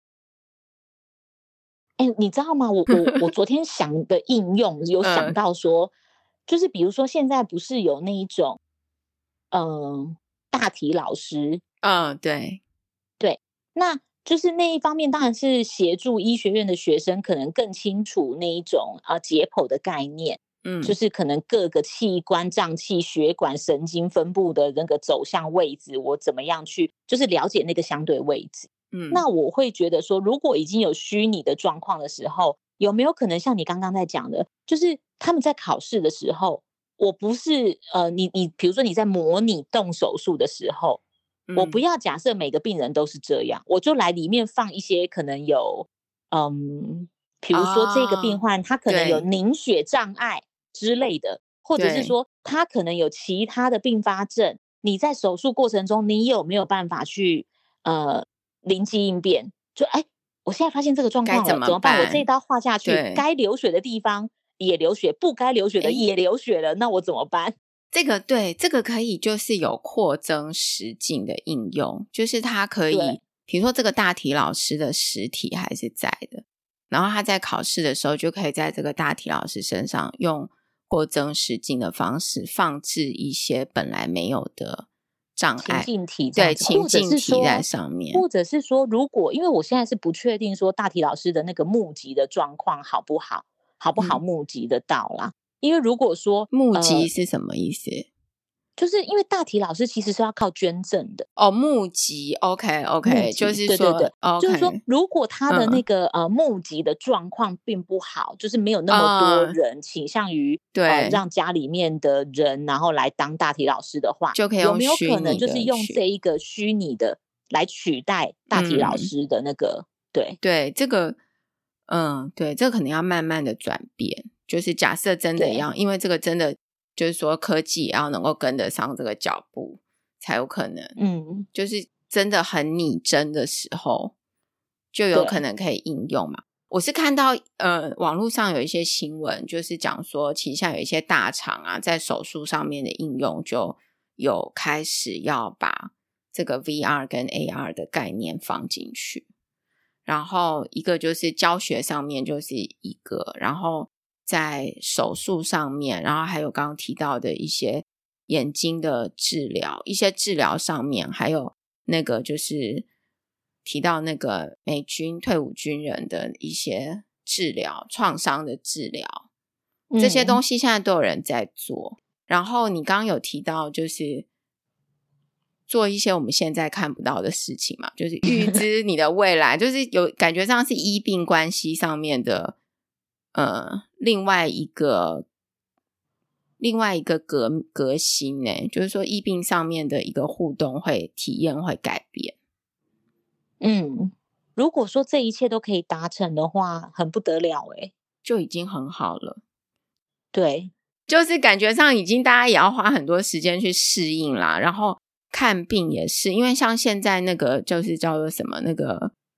哎、欸，你知道吗？我我我昨天想的应用有想到说、呃，就是比如说现在不是有那一种，嗯、呃，大体老师， 嗯、呃，对对，那就是那一方面当然是协助医学院的学生可能更清楚那一种啊、呃、解剖的概念，嗯，就是可能各个器官、脏器、血管、神经分布的那个走向位置，我怎么样去就是了解那个相对位置。嗯，那我会觉得说，如果已经有虚拟的状况的时候，有没有可能像你刚刚在讲的，就是他们在考试的时候，我不是呃，你你比如说你在模拟动手术的时候、嗯，我不要假设每个病人都是这样，我就来里面放一些可能有嗯，比如说这个病患、哦、他可能有凝血障碍之类的，或者是说他可能有其他的并发症，你在手术过程中你有没有办法去呃灵机应变，就哎，我现在发现这个状况了，怎么办？怎么办？我这一刀划下去，该流血的地方也流血，不该流血的也流血了，那我怎么办？ 这个对，这个可以就是有扩增实境的应用，就是它可以，比如说这个大体老师的实体还是在的，然后他在考试的时候就可以在这个大体老师身上用扩增实境的方式放置一些本来没有的障碍， 情境题， 对，情境题在上面， 或者是说，如果因为我现在是不确定说大体老师的那个募集的状况好不好，好不好募集得到啦？嗯、因为如果说募集是什么意思？呃、 就是因为大体老师其实是要靠捐赠的哦，募集 ，OK OK， 就是说， 对对对， okay, 就是说，如果他的那个、嗯、呃募集的状况并不好，就是没有那么多人倾向于、嗯、对、呃、让家里面的人然后来当大体老师的话， 就可以用有没有可能就是用这一个虚拟的来取代大体老师的那个？嗯、对对，这个，嗯，对，这个可能要慢慢的转变，就是假设真的要，因为这个真的就是说科技也要能够跟得上这个脚步，才有可能，嗯，就是真的很拟真的时候，就有可能可以应用嘛。我是看到呃网络上有一些新闻，就是讲说，其实像有一些大厂啊，在手术上面的应用就有开始要把这个 V R 跟 A R 的概念放进去。然后一个就是教学上面就是一个，然后在手术上面，然后还有刚刚提到的一些眼睛的治疗，一些治疗上面，还有那个就是提到那个美军退伍军人的一些治疗，创伤的治疗，这些东西现在都有人在做。嗯、然后你刚刚有提到就是做一些我们现在看不到的事情嘛，就是预知你的未来就是有感觉上是医病关系上面的呃另外一个另外一个革革新呢，就是说医病上面的一个互动会体验会改变。 嗯，如果说这一切都可以达成的话，很不得了诶， 就已经很好了。 对， 就是感觉上已经大家也要花很多时间去适应啦，然后看病也是，因为像现在那个就是叫做什么那个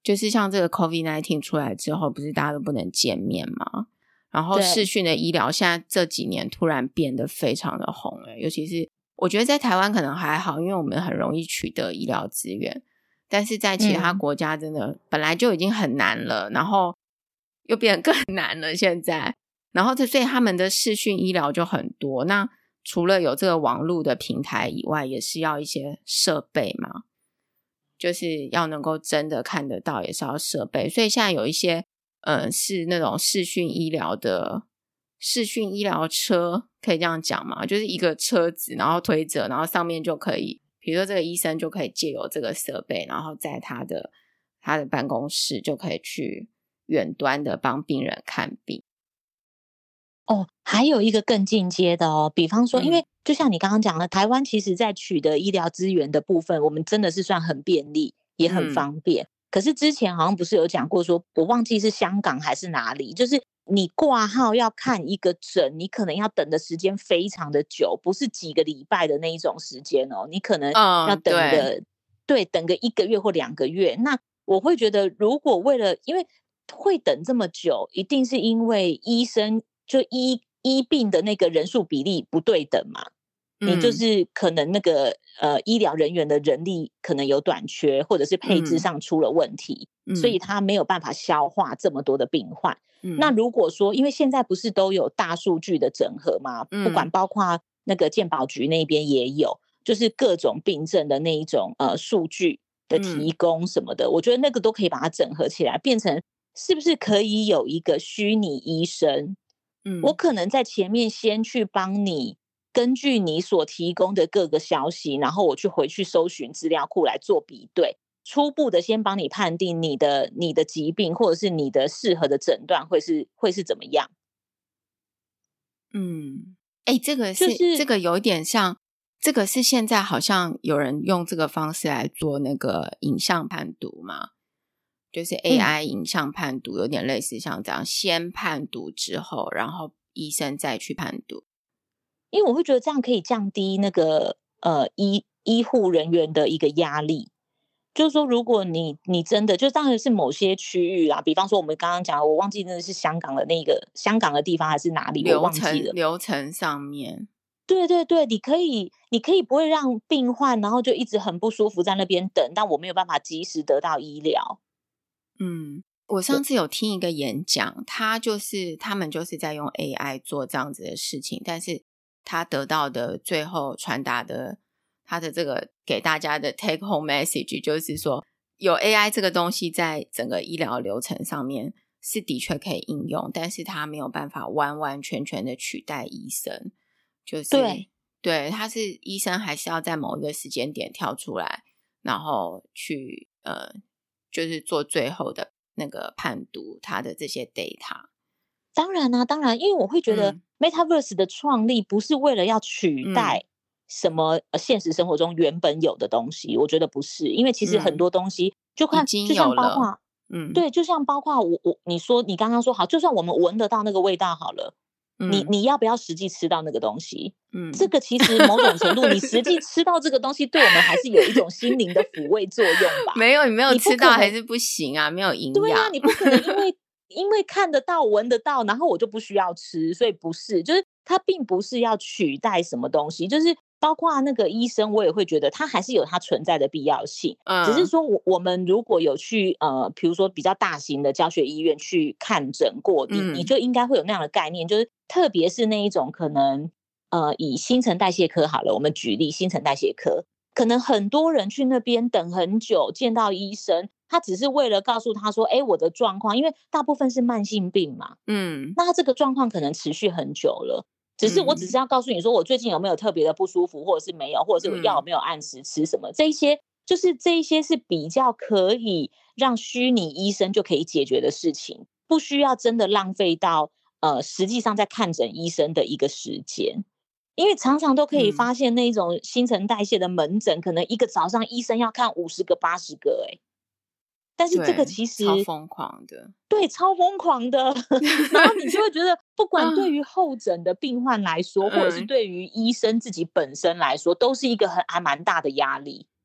就是像这个 COVID 十九 出来之后，不是大家都不能见面吗？然后视讯的医疗现在这几年突然变得非常的红了，尤其是我觉得在台湾可能还好，因为我们很容易取得医疗资源，但是在其他国家真的本来就已经很难了，嗯、然后又变得更难了现在。然后所以他们的视讯医疗就很多，那除了有这个网络的平台以外，也是要一些设备嘛，就是要能够真的看得到，也是要设备。所以现在有一些呃是那种视讯医疗的视讯医疗车，可以这样讲嘛，就是一个车子然后推着，然后上面就可以比如说这个医生就可以借由这个设备，然后在他的他的办公室就可以去远端的帮病人看病。 哦，还有一个更进阶的哦，比方说，因为就像你刚刚讲的，台湾其实在取得医疗资源的部分，我们真的是算很便利，也很方便。嗯、可是之前好像不是有讲过说，我忘记是香港还是哪里，就是你挂号要看一个诊，你可能要等的时间非常的久，不是几个礼拜的那一种时间哦，你可能要等个、嗯、对, 对，等个一个月或两个月。那我会觉得，如果为了因为会等这么久，一定是因为医生。就医医病的那个人数比例不对等嘛，嗯、你就是可能那个呃医疗人员的人力可能有短缺，或者是配置上出了问题，嗯、所以他没有办法消化这么多的病患。嗯、那如果说，因为现在不是都有大数据的整合嘛，嗯、不管包括那个健保局那边也有，就是各种病症的那一种呃数据的提供什么的，嗯、我觉得那个都可以把它整合起来，变成是不是可以有一个虚拟医生？嗯、我可能在前面先去帮你根据你所提供的各个消息，然后我去回去搜寻资料库来做比对，初步的先帮你判定你的你的疾病或者是你的适合的诊断会是会是怎么样。 嗯，哎、欸，这个是、就是、这个有一点像，这个是现在好像有人用这个方式来做那个影像判读嘛，就是 A I 影像判读，嗯、有点类似像这样，先判读之后，然后医生再去判读。 因为我会觉得这样可以降低那个呃医医护人员的一个压力。就是说，如果你你真的就当然是某些区域啦，比方说我们刚刚讲，我忘记那是香港的那个香港的地方还是哪里，我忘记了。 流程上面， 对对对，你可以你可以不会让病患然后就一直很不舒服在那边等，但我没有办法及时得到医疗。 嗯，我上次有听一个演讲，他就是他们就是在用 A I 做这样子的事情，但是他得到的最后传达的他的这个给大家的 take home message 就是说，有 A I 这个东西在整个医疗流程上面是的确可以应用，但是它没有办法完完全全的取代医生。就是对对，他是医生还是要在某一个时间点跳出来，然后去呃，就是做最后的那个判读他的这些 data。 当然啊，当然，因为我会觉得 Metaverse 的创立不是为了要取代什么现实生活中原本有的东西，嗯、我觉得不是，因为其实很多东西、嗯、就看，就像包括，嗯，对，就像包括我我你说你刚刚说好，就算我们闻得到那个味道好了。嗯、你你要不要实际吃到那个东西？嗯，这个其实某种程度，你实际吃到这个东西，对我们还是有一种心灵的抚慰作用吧？ 没有，你没有吃到还是不行啊，没有营养。 对啊，你不可能因为因为看得到、闻得到，然后我就不需要吃，所以不是，就是它并不是要取代什么东西，就是包括那个医生，我也会觉得他还是有他存在的必要性。嗯，只是说我我们如果有去呃，比如说比较大型的教学医院去看诊过，你、嗯、你就应该会有那样的概念，就是特别是那一种可能呃，以新陈代谢科好了，我们举例新陈代谢科，可能很多人去那边等很久见到医生。他只是为了告诉他说，哎，我的状况，因为大部分是慢性病嘛，嗯，那他这个状况可能持续很久了，只是我只是要告诉你说，我最近有没有特别的不舒服，或者是没有，或者是我药有没有按时吃什么，嗯、这一些就是这一些是比较可以让虚拟医生就可以解决的事情，不需要真的浪费到呃实际上在看诊医生的一个时间。因为常常都可以发现那种新陈代谢的门诊，嗯、可能一个早上医生要看五十个、八十个、欸，但是这个其实超疯狂的， 对，超疯狂的。然后你就会觉得，不管对于候诊的病患来说，或者是对于医生自己本身来说，都是一个很还蛮大的压力。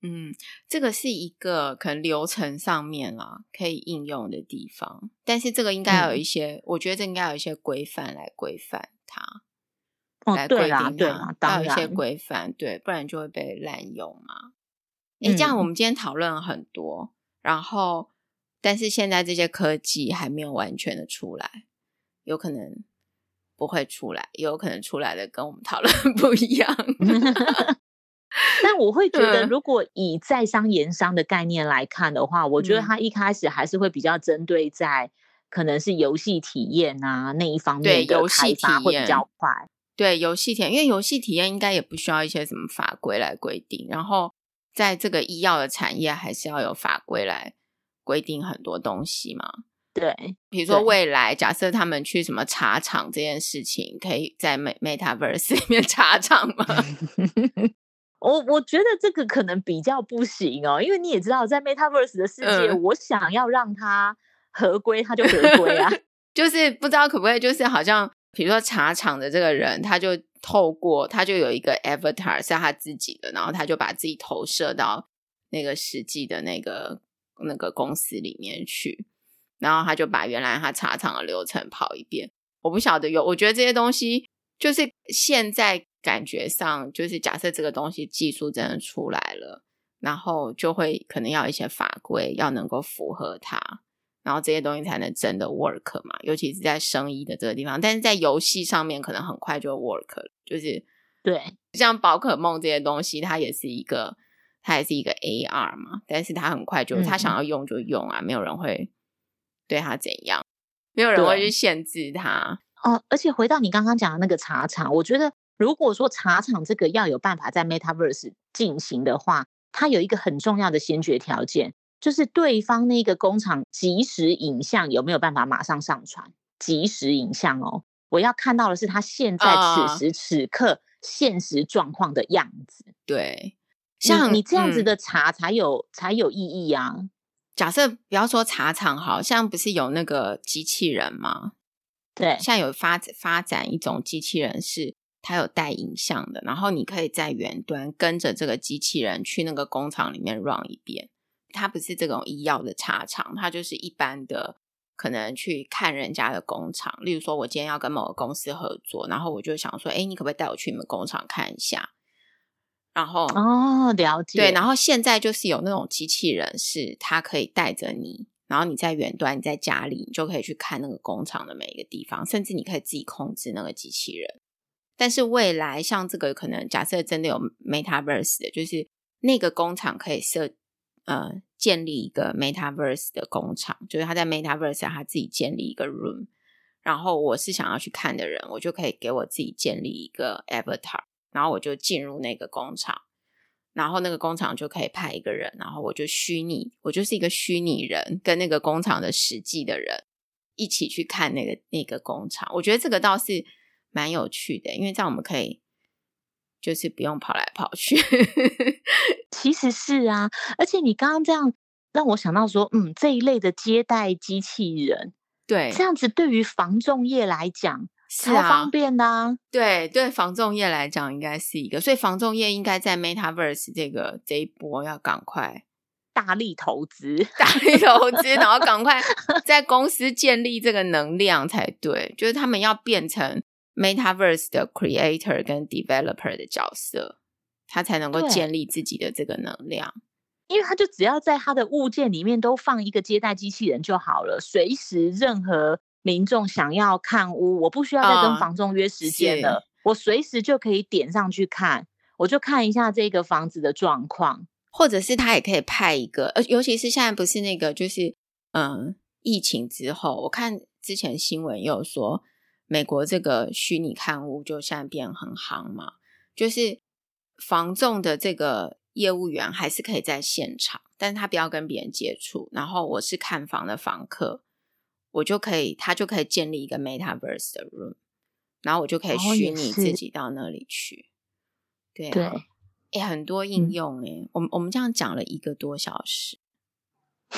嗯，这个是一个可能流程上面啦可以应用的地方，但是这个应该要有一些、嗯、我觉得这应该有一些规范来规范它， 哦， 来规定它， 对啦对啦，当然要有一些规范，对，不然就会被滥用嘛。诶、 嗯、 这样我们今天讨论了很多，然后但是现在这些科技还没有完全的出来，有可能不会出来，也有可能出来的跟我们讨论不一样但我会觉得如果以在商言商的概念来看的话、嗯、我觉得它一开始还是会比较针对在可能是游戏体验啊那一方面的开发会比较快。 对，游戏体验，因为游戏体验应该也不需要一些什么法规来规定，然后在这个医药的产业还是要有法规来规定很多东西嘛。 对， 比如说未来假设他们去什么茶厂这件事情，可以在 Metaverse 里面茶厂吗？ 我我觉得这个可能比较不行哦，因为你也知道在 Metaverse 的世界、嗯、我想要让它合规它就合规啊就是不知道可不可以就是好像比如说茶厂的这个人他就透过他就有一个 avatar 是他自己的，然后他就把自己投射到那个实际的那个那个公司里面去，然后他就把原来他茶厂的流程跑一遍。我不晓得有，我觉得这些东西就是现在感觉上就是假设这个东西技术真的出来了，然后就会可能要一些法规要能够符合它，然后这些东西才能真的 work 嘛，尤其是在生医的这个地方。但是在游戏上面可能很快就 work 了，就是对， 像宝可梦这些东西它也是一个它也是一个 A R 嘛，但是它很快就它、嗯、想要用就用啊，没有人会对它怎样，没有人会去限制它哦。而且回到你刚刚讲的那个茶厂，我觉得如果说茶厂这个要有办法在 Metaverse 进行的话，它有一个很重要的先决条件，就是对方那个工厂即时影像有没有办法马上上传，即时影像哦，我要看到的是他现在此时此刻现实状况的样子、 uh, 对，像你, 你这样子的茶才有、嗯、才有意义啊。 假设不要说茶厂，好像不是有那个机器人吗？ 对， 现在有发发展一种机器人是它有带影像的，然后你可以在远端跟着这个机器人去那个工厂里面 run 一遍。它不是这种医药的茶厂，它就是一般的可能去看人家的工厂，例如说我今天要跟某个公司合作，然后我就想说诶你可不可以带我去你们工厂看一下，然后哦，了解。 对，然后现在就是有那种机器人是它可以带着你，然后你在远端你在家里你就可以去看那个工厂的每一个地方，甚至你可以自己控制那个机器人。但是未来像这个可能假设真的有 Metaverse 的，就是那个工厂可以设呃建立一个 Metaverse 的工厂，就是他在 Metaverse 他自己建立一个 room， 然后我是想要去看的人，我就可以给我自己建立一个 avatar， 然后我就进入那个工厂，然后那个工厂就可以派一个人，然后我就虚拟，我就是一个虚拟人跟那个工厂的实际的人一起去看那个那个工厂。我觉得这个倒是蛮有趣的，因为这样我们可以就是不用跑来跑去其实是啊，而且你刚刚这样让我想到说嗯，这一类的接待机器人， 对， 这样子对于房仲业来讲是啊， 超方便的啊。 对对，房仲业来讲应该是一个，所以房仲业应该在 Metaverse 这个这一波要赶快大力投资大力投资然后赶快在公司建立这个能量才对，就是他们要变成 Metaverse 的 Creator 跟 Developer 的角色，他才能够建立自己的这个能量。 因为他就只要在他的物件里面都放一个接待机器人就好了，随时任何民众想要看屋，我不需要再跟房仲约时间了、哦、我随时就可以点上去看，我就看一下这个房子的状况。 或者是他也可以派一个，尤其是现在不是那个就是嗯，疫情之后，我看之前新闻也有说美国这个虚拟看屋就现在变很夯嘛，就是房仲的这个业务员还是可以在现场，但是他不要跟别人接触，然后我是看房的房客，我就可以他就可以建立一个 Metaverse 的 room， 然后我就可以虚拟自己到那里去、哦、对啊，对欸、很多应用欸、嗯、我们我们这样讲了一个多小时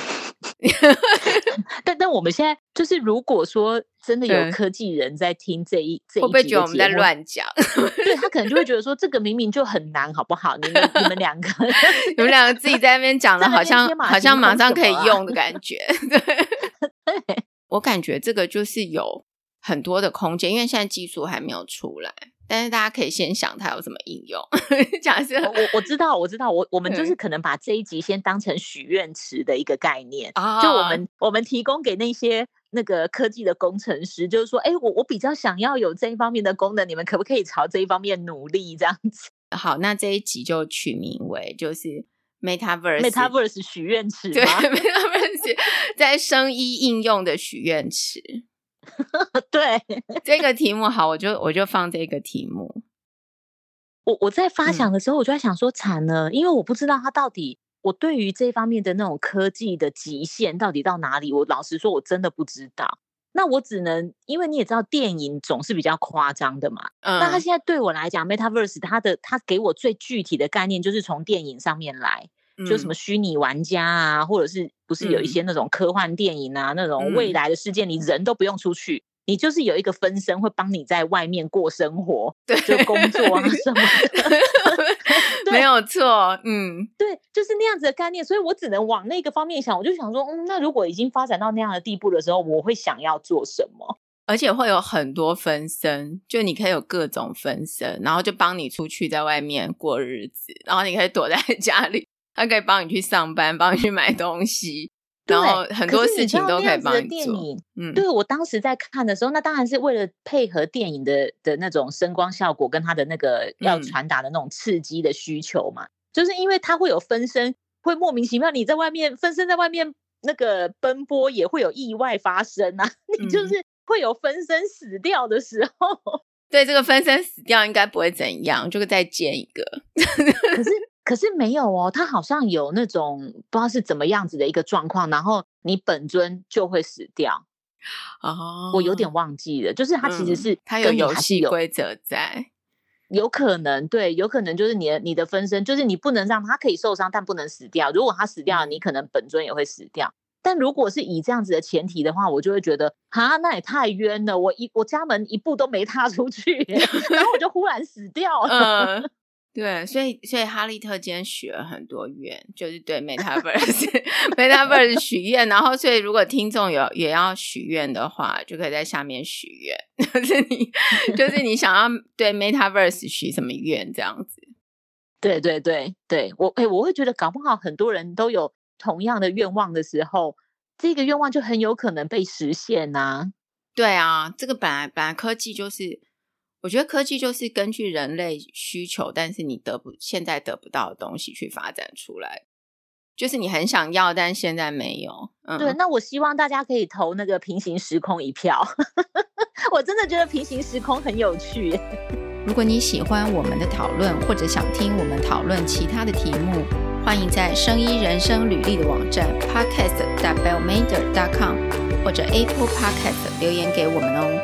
但但我们现在就是如果说真的有科技人在听这一这一集的节目， 会不会觉得我们在乱讲？ 对，他可能就会觉得说这个明明就很难好不好，你们你们两个你们两个自己在那边讲的好像好像马上可以用的感觉。对， 对，我感觉这个就是有很多的空间，因为现在技术还没有出来，但是大家可以先想它有什么应用。假设我我知道我知道我我们就是可能把这一集先当成许愿池的一个概念、哦、就我们我们提供给那些那个科技的工程师，就是说哎，我我比较想要有这一方面的功能，你们可不可以朝这一方面努力这样子。 好，那这一集就取名为就是 Metaverse Metaverse 许愿池吗？ 对Metaverse 在生医应用的许愿池。 对， 这个题目好，我就我就放这个题目。 我我在发想的时候，我就在想说惨了、嗯、因为我不知道它到底，我对于这方面的那种科技的极限到底到哪里，我老实说我真的不知道。那我只能，因为你也知道电影总是比较夸张的嘛、嗯、那它现在对我来讲 Metaverse 它的它给我最具体的概念就是从电影上面来、嗯、就什么虚拟玩家啊，或者是不是有一些那种科幻电影啊、嗯、那种未来的世界你人都不用出去，你就是有一个分身会帮你在外面过生活，对，就工作啊什么的没有错，嗯， 对，就是那样子的概念，所以我只能往那个方面想。我就想说嗯，那如果已经发展到那样的地步的时候，我会想要做什么？ 而且会有很多分身，就你可以有各种分身，然后就帮你出去在外面过日子，然后你可以躲在家里，他可以帮你去上班，帮你去买东西，然后很多事情都可以帮你做。 嗯，对，我当时在看的时候，那当然是为了配合电影的的那种声光效果跟它的那个要传达的那种刺激的需求嘛、嗯、就是因为它会有分身，会莫名其妙你在外面分身在外面那个奔波也会有意外发生啊，你就是会有分身死掉的时候、嗯、 对，这个分身死掉应该不会怎样，就再建一个可是可是没有哦，他好像有那种不知道是怎么样子的一个状况，然后你本尊就会死掉哦，我有点忘记了，就是他其实是、嗯、 他有游戏规则在， 有可能对，有可能就是你的你的分身，就是你不能让他可以受伤但不能死掉，如果他死掉了、嗯、你可能本尊也会死掉，但如果是以这样子的前提的话，我就会觉得哈，那也太冤了，我一我家门一步都没踏出去然后我就忽然死掉了、 嗯对，所以所以哈利特今天许了很多愿，就是对 Metaverse Metaverse 许愿，然后所以如果听众有也要许愿的话，就可以在下面许愿，就是你就是你想要对 Metaverse 许什么愿这样子。 对对对对，我哎，我会觉得搞不好很多人都有同样的愿望的时候，这个愿望就很有可能被实现啊。 对啊，这个本来本来科技就是。我觉得科技就是根据人类需求，但是你得不现在得不到的东西去发展出来，就是你很想要但现在没有、嗯、 对，那我希望大家可以投那个平行时空一票我真的觉得平行时空很有趣如果你喜欢我们的讨论，或者想听我们讨论其他的题目，欢迎在生医人生履历的网站 podcast dot bellmader dot com 或者 Apple Podcast 留言给我们哦。